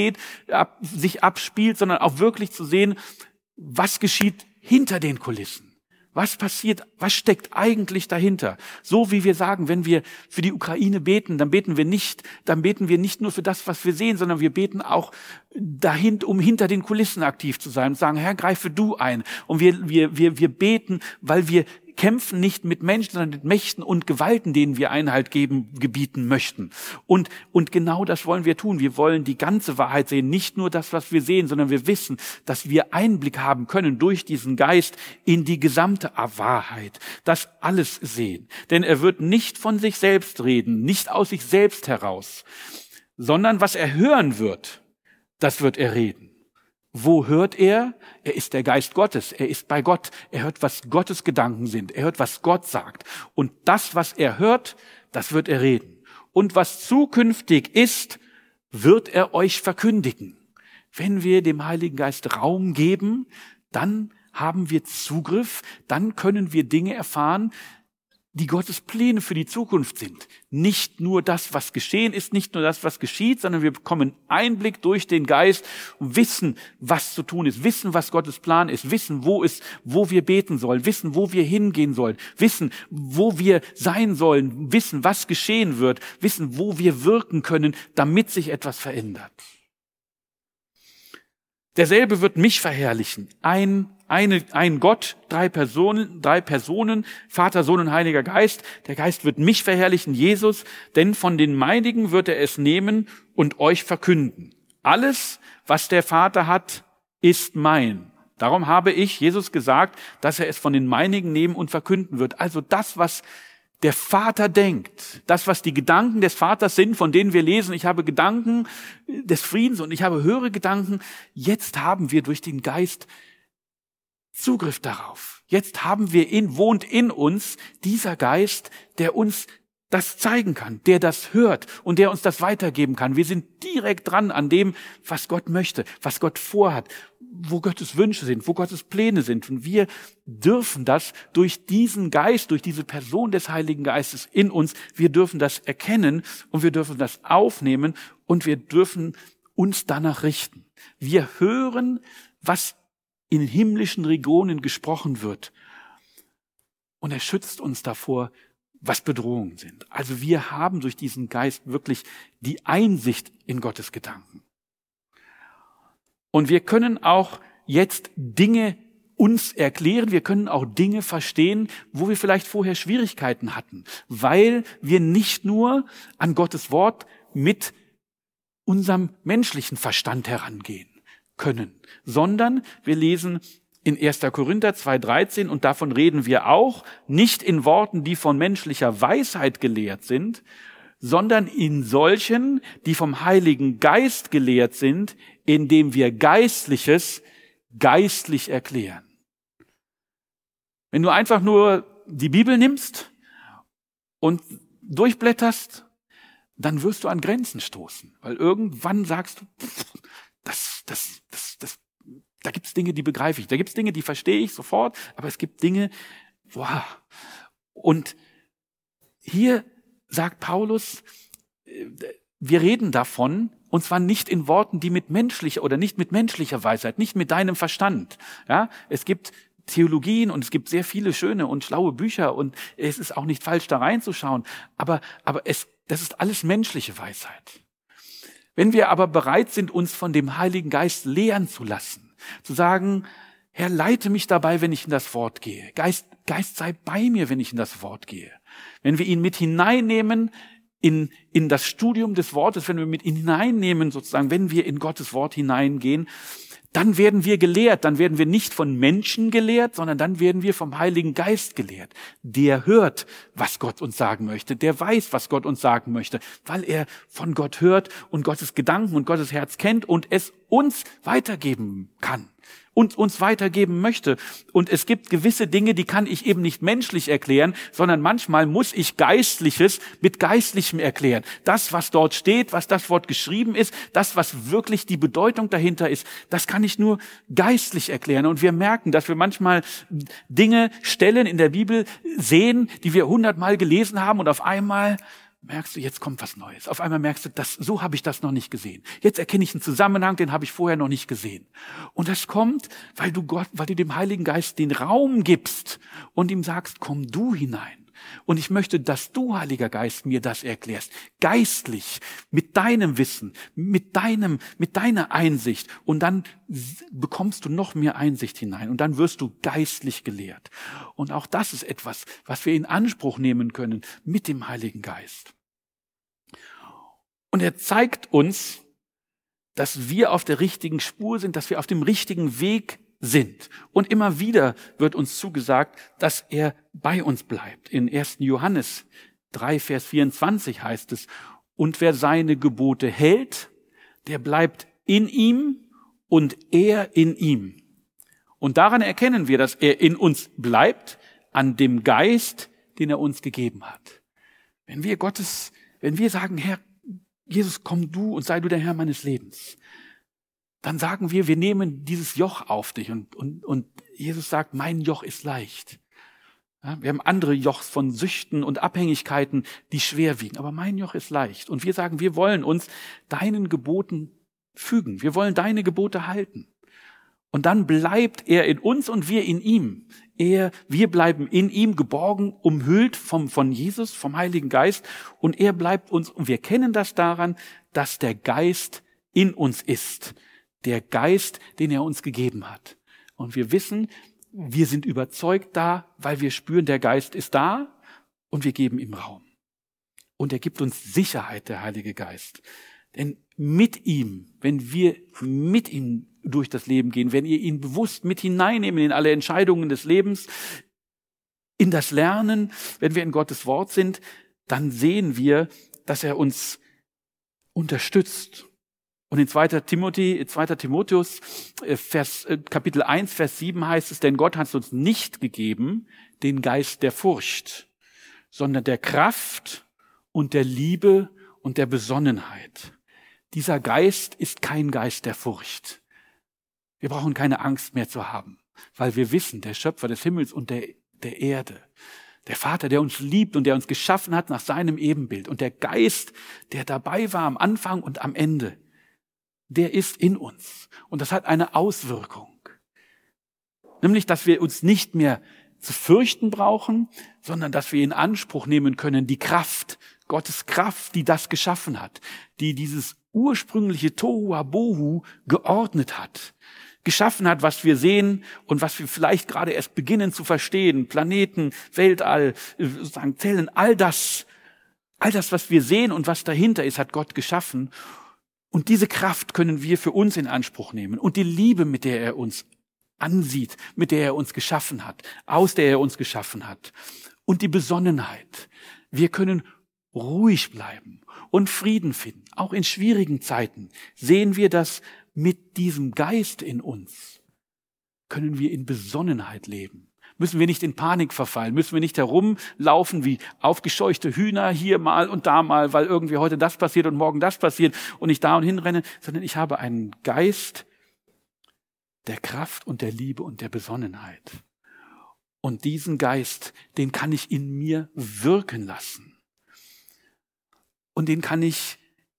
sich abspielt, sondern auch wirklich zu sehen, was geschieht hinter den Kulissen. Was passiert, was steckt eigentlich dahinter? So wie wir sagen, wenn wir für die Ukraine beten, dann beten wir nicht nur für das, was wir sehen, sondern wir beten auch dahin, um hinter den Kulissen aktiv zu sein und sagen, Herr, greife du ein. Und wir beten, weil wir kämpfen nicht mit Menschen, sondern mit Mächten und Gewalten, denen wir Einhalt gebieten möchten. Und genau das wollen wir tun. Wir wollen die ganze Wahrheit sehen, nicht nur das, was wir sehen, sondern wir wissen, dass wir Einblick haben können durch diesen Geist in die gesamte Wahrheit, das alles sehen. Denn er wird nicht von sich selbst reden, nicht aus sich selbst heraus, sondern was er hören wird, das wird er reden. Wo hört er? Er ist der Geist Gottes. Er ist bei Gott. Er hört, was Gottes Gedanken sind. Er hört, was Gott sagt. Und das, was er hört, das wird er reden. Und was zukünftig ist, wird er euch verkündigen. Wenn wir dem Heiligen Geist Raum geben, dann haben wir Zugriff, dann können wir Dinge erfahren, die Gottes Pläne für die Zukunft sind. Nicht nur das, was geschehen ist, nicht nur das, was geschieht, sondern wir bekommen Einblick durch den Geist und wissen, was zu tun ist, wissen, was Gottes Plan ist, wissen, wo wir beten sollen, wissen, wo wir hingehen sollen, wissen, wo wir sein sollen, wissen, was geschehen wird, wissen, wo wir wirken können, damit sich etwas verändert. Derselbe wird mich verherrlichen. Ein Gott, drei Personen, Vater, Sohn und Heiliger Geist. Der Geist wird mich verherrlichen, Jesus, denn von den meinigen wird er es nehmen und euch verkünden. Alles, was der Vater hat, ist mein. Darum habe ich, Jesus, gesagt, dass er es von den meinigen nehmen und verkünden wird. Also das, was der Vater denkt, das, was die Gedanken des Vaters sind, von denen wir lesen, ich habe Gedanken des Friedens und ich habe höhere Gedanken, jetzt haben wir durch den Geist Zugriff darauf. Jetzt wohnt in uns dieser Geist, der uns das zeigen kann, der das hört und der uns das weitergeben kann. Wir sind direkt dran an dem, was Gott möchte, was Gott vorhat, wo Gottes Wünsche sind, wo Gottes Pläne sind. Und wir dürfen das durch diesen Geist, durch diese Person des Heiligen Geistes in uns, wir dürfen das erkennen und wir dürfen das aufnehmen und wir dürfen uns danach richten. Wir hören, was in himmlischen Regionen gesprochen wird. Und er schützt uns davor, was Bedrohungen sind. Also wir haben durch diesen Geist wirklich die Einsicht in Gottes Gedanken. Und wir können auch jetzt Dinge uns erklären, wir können auch Dinge verstehen, wo wir vielleicht vorher Schwierigkeiten hatten, weil wir nicht nur an Gottes Wort mit unserem menschlichen Verstand herangehen können, sondern wir lesen in 1. Korinther 2,13 und davon reden wir auch, nicht in Worten, die von menschlicher Weisheit gelehrt sind, sondern in solchen, die vom Heiligen Geist gelehrt sind, indem wir Geistliches geistlich erklären. Wenn du einfach nur die Bibel nimmst und durchblätterst, dann wirst du an Grenzen stoßen, weil irgendwann sagst du, da gibt's Dinge, die begreife ich, da gibt's Dinge, die verstehe ich sofort, aber es gibt Dinge, wow. Und hier sagt Paulus, wir reden davon, und zwar nicht in Worten, die mit menschlicher oder nicht mit menschlicher Weisheit, nicht mit deinem Verstand. Ja, es gibt Theologien und es gibt sehr viele schöne und schlaue Bücher und es ist auch nicht falsch, da reinzuschauen, aber das ist alles menschliche Weisheit. Wenn wir aber bereit sind, uns von dem Heiligen Geist lehren zu lassen, zu sagen, Herr, leite mich dabei, wenn ich in das Wort gehe. Geist sei bei mir, wenn ich in das Wort gehe. Wenn wir ihn mit hineinnehmen in das Studium des Wortes, wenn wir mit ihn hineinnehmen, sozusagen, wenn wir in Gottes Wort hineingehen, dann werden wir gelehrt. Dann werden wir nicht von Menschen gelehrt, sondern dann werden wir vom Heiligen Geist gelehrt. Der hört, was Gott uns sagen möchte. Der weiß, was Gott uns sagen möchte, weil er von Gott hört und Gottes Gedanken und Gottes Herz kennt und es uns weitergeben kann und uns weitergeben möchte. Und es gibt gewisse Dinge, die kann ich eben nicht menschlich erklären, sondern manchmal muss ich Geistliches mit Geistlichem erklären. Das, was dort steht, was das Wort geschrieben ist, das, was wirklich die Bedeutung dahinter ist, das kann ich nur geistlich erklären. Und wir merken, dass wir manchmal Dinge, Stellen in der Bibel sehen, die wir 100-mal gelesen haben und auf einmal merkst du, jetzt kommt was Neues. Auf einmal merkst du, so habe ich das noch nicht gesehen. Jetzt erkenne ich einen Zusammenhang, den habe ich vorher noch nicht gesehen. Und das kommt, weil du dem Heiligen Geist den Raum gibst und ihm sagst, komm du hinein. Und ich möchte, dass du, Heiliger Geist, mir das erklärst. Geistlich, mit deinem Wissen, mit deiner Einsicht. Und dann bekommst du noch mehr Einsicht hinein. Und dann wirst du geistlich gelehrt. Und auch das ist etwas, was wir in Anspruch nehmen können mit dem Heiligen Geist. Und er zeigt uns, dass wir auf der richtigen Spur sind, dass wir auf dem richtigen Weg sind. Und immer wieder wird uns zugesagt, dass er bei uns bleibt. In 1. Johannes 3, Vers 24 heißt es, und wer seine Gebote hält, der bleibt in ihm und er in ihm. Und daran erkennen wir, dass er in uns bleibt, an dem Geist, den er uns gegeben hat. Wenn wir sagen, Herr, Jesus, komm du und sei du der Herr meines Lebens, dann sagen wir nehmen dieses Joch auf dich und Jesus sagt, mein Joch ist leicht. Ja, wir haben andere Jochs von Süchten und Abhängigkeiten, die schwer wiegen. Aber mein Joch ist leicht. Und wir sagen, wir wollen uns deinen Geboten fügen. Wir wollen deine Gebote halten. Und dann bleibt er in uns und wir in ihm. Wir bleiben in ihm geborgen, umhüllt von Jesus, vom Heiligen Geist. Und er bleibt uns, und wir kennen das daran, dass der Geist in uns ist. Der Geist, den er uns gegeben hat. Und wir wissen, wir sind überzeugt da, weil wir spüren, der Geist ist da und wir geben ihm Raum. Und er gibt uns Sicherheit, der Heilige Geist. Denn mit ihm, wenn wir mit ihm durch das Leben gehen, wenn ihr ihn bewusst mit hineinnehmen in alle Entscheidungen des Lebens, in das Lernen, wenn wir in Gottes Wort sind, dann sehen wir, dass er uns unterstützt. Und in 2. Timotheus, Kapitel 1, Vers 7 heißt es, denn Gott hat es uns nicht gegeben, den Geist der Furcht, sondern der Kraft und der Liebe und der Besonnenheit. Dieser Geist ist kein Geist der Furcht. Wir brauchen keine Angst mehr zu haben, weil wir wissen, der Schöpfer des Himmels und der Erde, der Vater, der uns liebt und der uns geschaffen hat nach seinem Ebenbild und der Geist, der dabei war am Anfang und am Ende, der ist in uns. Und das hat eine Auswirkung. Nämlich, dass wir uns nicht mehr zu fürchten brauchen, sondern dass wir in Anspruch nehmen können, die Kraft, Gottes Kraft, die das geschaffen hat, die dieses ursprüngliche Tohuwabohu geordnet hat, geschaffen hat, was wir sehen und was wir vielleicht gerade erst beginnen zu verstehen. Planeten, Weltall, sozusagen Zellen, all das, was wir sehen und was dahinter ist, hat Gott geschaffen. Und diese Kraft können wir für uns in Anspruch nehmen. Und die Liebe, mit der er uns ansieht, mit der er uns geschaffen hat, aus der er uns geschaffen hat. Und die Besonnenheit. Wir können ruhig bleiben und Frieden finden. Auch in schwierigen Zeiten sehen wir, dass mit diesem Geist in uns können wir in Besonnenheit leben. Müssen wir nicht in Panik verfallen, müssen wir nicht herumlaufen wie aufgescheuchte Hühner hier mal und da mal, weil irgendwie heute das passiert und morgen das passiert und ich da und hinrenne, sondern ich habe einen Geist der Kraft und der Liebe und der Besonnenheit. Und diesen Geist, den kann ich in mir wirken lassen. Und den kann ich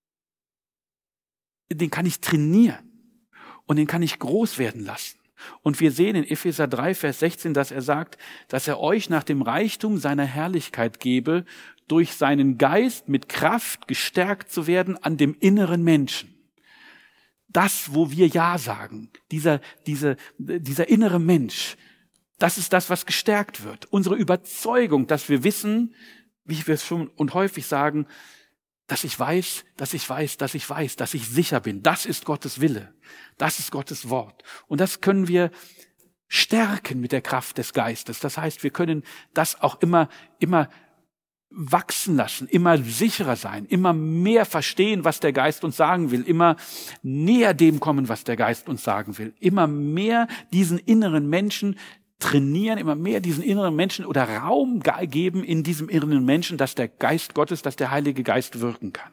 trainieren. Und den kann ich groß werden lassen. Und wir sehen in Epheser 3, Vers 16, dass er sagt, dass er euch nach dem Reichtum seiner Herrlichkeit gebe, durch seinen Geist mit Kraft gestärkt zu werden an dem inneren Menschen. Das, wo wir Ja sagen, dieser innere Mensch, das ist das, was gestärkt wird. Unsere Überzeugung, dass wir wissen, wie wir es schon und häufig sagen, dass ich weiß, dass ich sicher bin. Das ist Gottes Wille. Das ist Gottes Wort. Und das können wir stärken mit der Kraft des Geistes. Das heißt, wir können das auch immer wachsen lassen, immer sicherer sein, immer mehr verstehen, was der Geist uns sagen will, immer näher dem kommen, was der Geist uns sagen will, immer mehr diesen inneren Menschen trainieren, immer mehr diesen inneren Menschen oder Raum geben in diesem inneren Menschen, dass der Geist Gottes, dass der Heilige Geist wirken kann.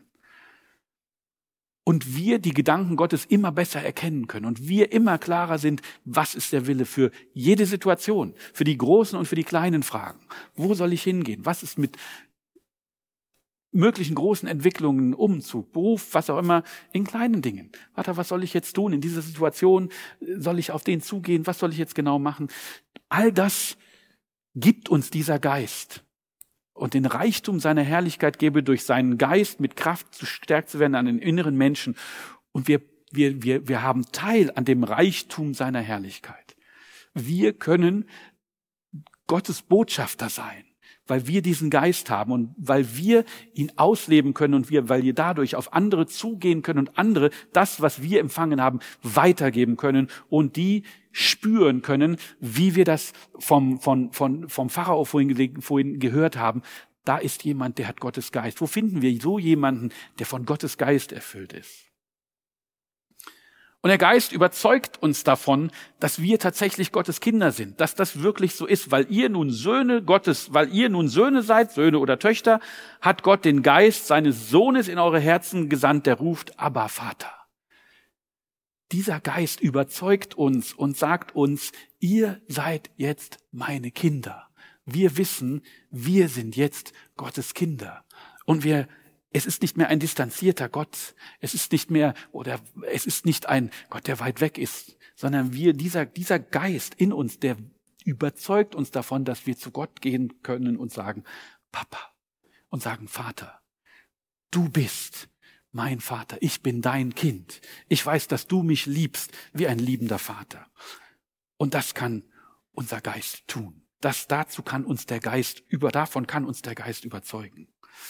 Und wir die Gedanken Gottes immer besser erkennen können und wir immer klarer sind, was ist der Wille für jede Situation, für die großen und für die kleinen Fragen. Wo soll ich hingehen? Was ist mit möglichen großen Entwicklungen, Umzug, Beruf, was auch immer, in kleinen Dingen. Vater, was soll ich jetzt tun in dieser Situation? Soll ich auf den zugehen? Was soll ich jetzt genau machen? All das gibt uns dieser Geist. Und den Reichtum seiner Herrlichkeit gebe durch seinen Geist mit Kraft gestärkt zu werden an den inneren Menschen. Und wir haben Teil an dem Reichtum seiner Herrlichkeit. Wir können Gottes Botschafter sein, weil wir diesen Geist haben und weil wir ihn ausleben können und weil wir dadurch auf andere zugehen können und andere das, was wir empfangen haben, weitergeben können und die spüren können, wie wir das vom Pharao vorhin gehört haben. Da ist jemand, der hat Gottes Geist. Wo finden wir so jemanden, der von Gottes Geist erfüllt ist? Und der Geist überzeugt uns davon, dass wir tatsächlich Gottes Kinder sind, dass das wirklich so ist, weil ihr nun Söhne seid, Söhne oder Töchter, hat Gott den Geist seines Sohnes in eure Herzen gesandt, der ruft, Abba, Vater. Dieser Geist überzeugt uns und sagt uns, ihr seid jetzt meine Kinder. Wir wissen, wir sind jetzt Gottes Kinder. Und es ist nicht mehr ein distanzierter Gott. Es ist nicht ein Gott, der weit weg ist, sondern dieser Geist in uns, der überzeugt uns davon, dass wir zu Gott gehen können und sagen, Papa, und sagen, Vater, du bist mein Vater, ich bin dein Kind. Ich weiß, dass du mich liebst wie ein liebender Vater. Und das kann unser Geist tun. Davon kann uns der Geist überzeugen.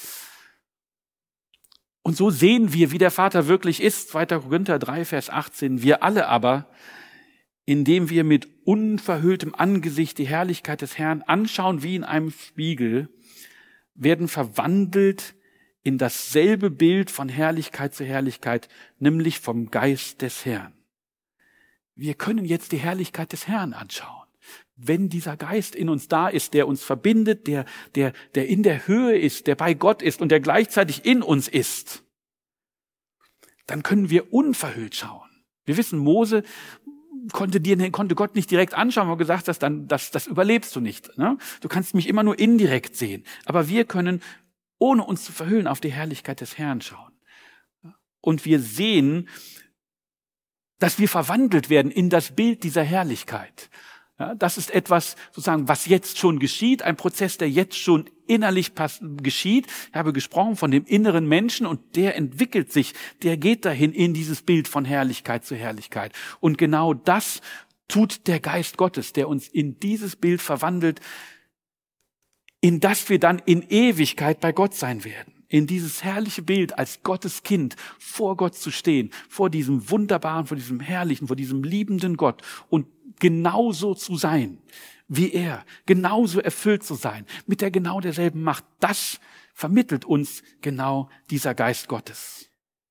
Und so sehen wir, wie der Vater wirklich ist. 2. Korinther 3, Vers 18. Wir alle aber, indem wir mit unverhülltem Angesicht die Herrlichkeit des Herrn anschauen wie in einem Spiegel, werden verwandelt in dasselbe Bild von Herrlichkeit zu Herrlichkeit, nämlich vom Geist des Herrn. Wir können jetzt die Herrlichkeit des Herrn anschauen. Wenn dieser Geist in uns da ist, der uns verbindet, der in der Höhe ist, der bei Gott ist und der gleichzeitig in uns ist, dann können wir unverhüllt schauen. Wir wissen, Mose konnte Gott nicht direkt anschauen, weil gesagt hast, das überlebst du nicht. Ne? Du kannst mich immer nur indirekt sehen. Aber wir können, ohne uns zu verhüllen, auf die Herrlichkeit des Herrn schauen. Und wir sehen, dass wir verwandelt werden in das Bild dieser Herrlichkeit. Ja, das ist etwas, sozusagen, was jetzt schon geschieht, ein Prozess, der jetzt schon innerlich geschieht. Ich habe gesprochen von dem inneren Menschen und der entwickelt sich, der geht dahin in dieses Bild von Herrlichkeit zu Herrlichkeit. Und genau das tut der Geist Gottes, der uns in dieses Bild verwandelt, in das wir dann in Ewigkeit bei Gott sein werden. In dieses herrliche Bild als Gottes Kind vor Gott zu stehen, vor diesem wunderbaren, vor diesem herrlichen, vor diesem liebenden Gott und genauso zu sein wie er, genauso erfüllt zu sein, mit der genau derselben Macht. Das vermittelt uns genau dieser Geist Gottes.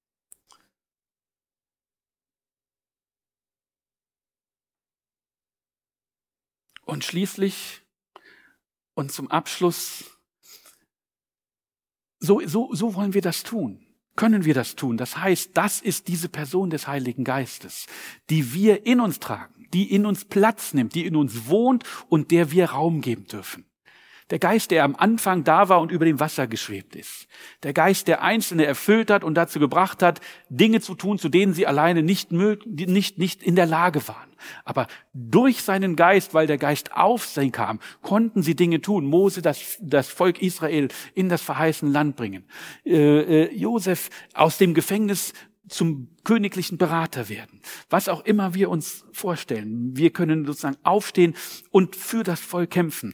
Und schließlich und zum Abschluss, so wollen wir das tun. Können wir das tun? Das heißt, das ist diese Person des Heiligen Geistes, die wir in uns tragen, die in uns Platz nimmt, die in uns wohnt und der wir Raum geben dürfen. Der Geist, der am Anfang da war und über dem Wasser geschwebt ist. Der Geist, der Einzelne erfüllt hat und dazu gebracht hat, Dinge zu tun, zu denen sie alleine nicht in der Lage waren. Aber durch seinen Geist, weil der Geist auf sie kam, konnten sie Dinge tun. Mose das Volk Israel in das verheißene Land bringen. Josef aus dem Gefängnis zum königlichen Berater werden. Was auch immer wir uns vorstellen. Wir können sozusagen aufstehen und für das Volk kämpfen.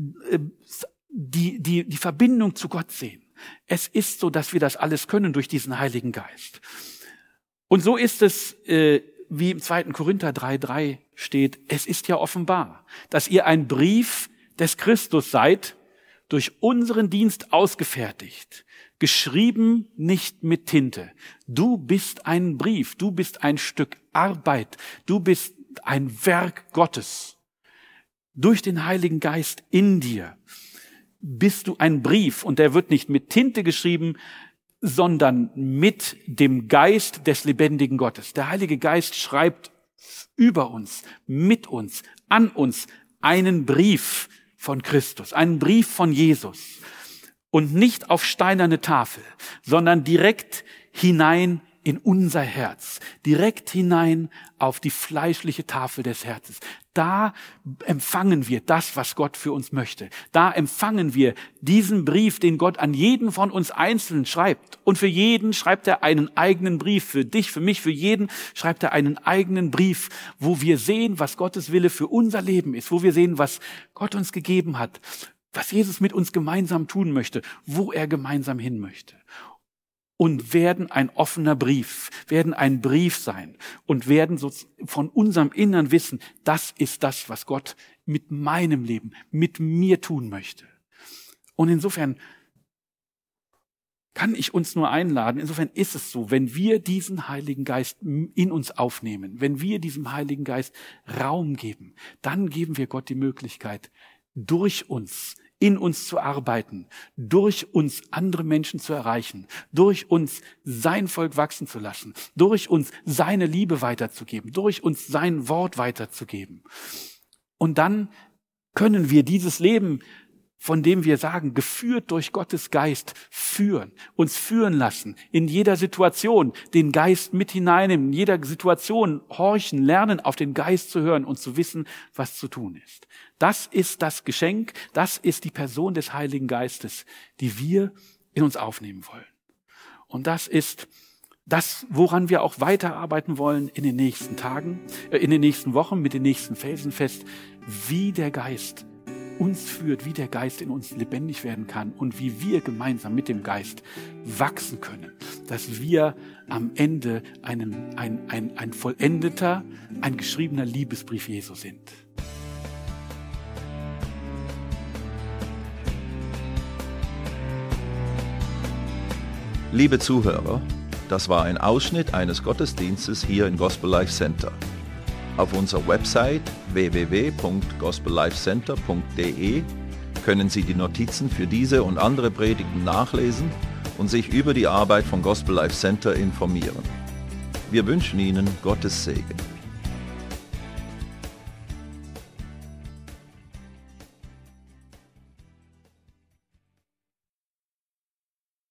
Die Verbindung zu Gott sehen. Es ist so, dass wir das alles können durch diesen Heiligen Geist. Und so ist es, wie im 2. Korinther 3,3 steht, es ist ja offenbar, dass ihr ein Brief des Christus seid, durch unseren Dienst ausgefertigt, geschrieben nicht mit Tinte. Du bist ein Brief, du bist ein Stück Arbeit, du bist ein Werk Gottes. Durch den Heiligen Geist in dir bist du ein Brief und der wird nicht mit Tinte geschrieben, sondern mit dem Geist des lebendigen Gottes. Der Heilige Geist schreibt über uns, mit uns, an uns einen Brief von Christus, einen Brief von Jesus. Und nicht auf steinerne Tafel, sondern direkt hinein in unser Herz, direkt hinein auf die fleischliche Tafel des Herzens. Da empfangen wir das, was Gott für uns möchte. Da empfangen wir diesen Brief, den Gott an jeden von uns einzeln schreibt. Und für jeden schreibt er einen eigenen Brief. Für dich, für mich, für jeden schreibt er einen eigenen Brief, wo wir sehen, was Gottes Wille für unser Leben ist, wo wir sehen, was Gott uns gegeben hat, was Jesus mit uns gemeinsam tun möchte, wo er gemeinsam hin möchte. Und werden ein offener Brief, werden ein Brief sein und werden so von unserem Innern wissen, das ist das, was Gott mit meinem Leben, mit mir tun möchte. Und insofern kann ich uns nur einladen, insofern ist es so, wenn wir diesen Heiligen Geist in uns aufnehmen, wenn wir diesem Heiligen Geist Raum geben, dann geben wir Gott die Möglichkeit, durch uns, in uns zu arbeiten, durch uns andere Menschen zu erreichen, durch uns sein Volk wachsen zu lassen, durch uns seine Liebe weiterzugeben, durch uns sein Wort weiterzugeben. Und dann können wir dieses Leben, von dem wir sagen, geführt durch Gottes Geist, führen, uns führen lassen, in jeder Situation den Geist mit hineinnehmen, in jeder Situation horchen, lernen, auf den Geist zu hören und zu wissen, was zu tun ist. Das ist das Geschenk, das ist die Person des Heiligen Geistes, die wir in uns aufnehmen wollen. Und das ist das, woran wir auch weiterarbeiten wollen in den nächsten Tagen, in den nächsten Wochen, mit den nächsten Felsenfest, wie der Geist uns führt, wie der Geist in uns lebendig werden kann und wie wir gemeinsam mit dem Geist wachsen können, dass wir am Ende ein vollendeter, ein geschriebener Liebesbrief Jesu sind. Liebe Zuhörer, das war ein Ausschnitt eines Gottesdienstes hier im Gospel Life Center. Auf unserer Website www.gospellifecenter.de können Sie die Notizen für diese und andere Predigten nachlesen und sich über die Arbeit von Gospel Life Center informieren. Wir wünschen Ihnen Gottes Segen.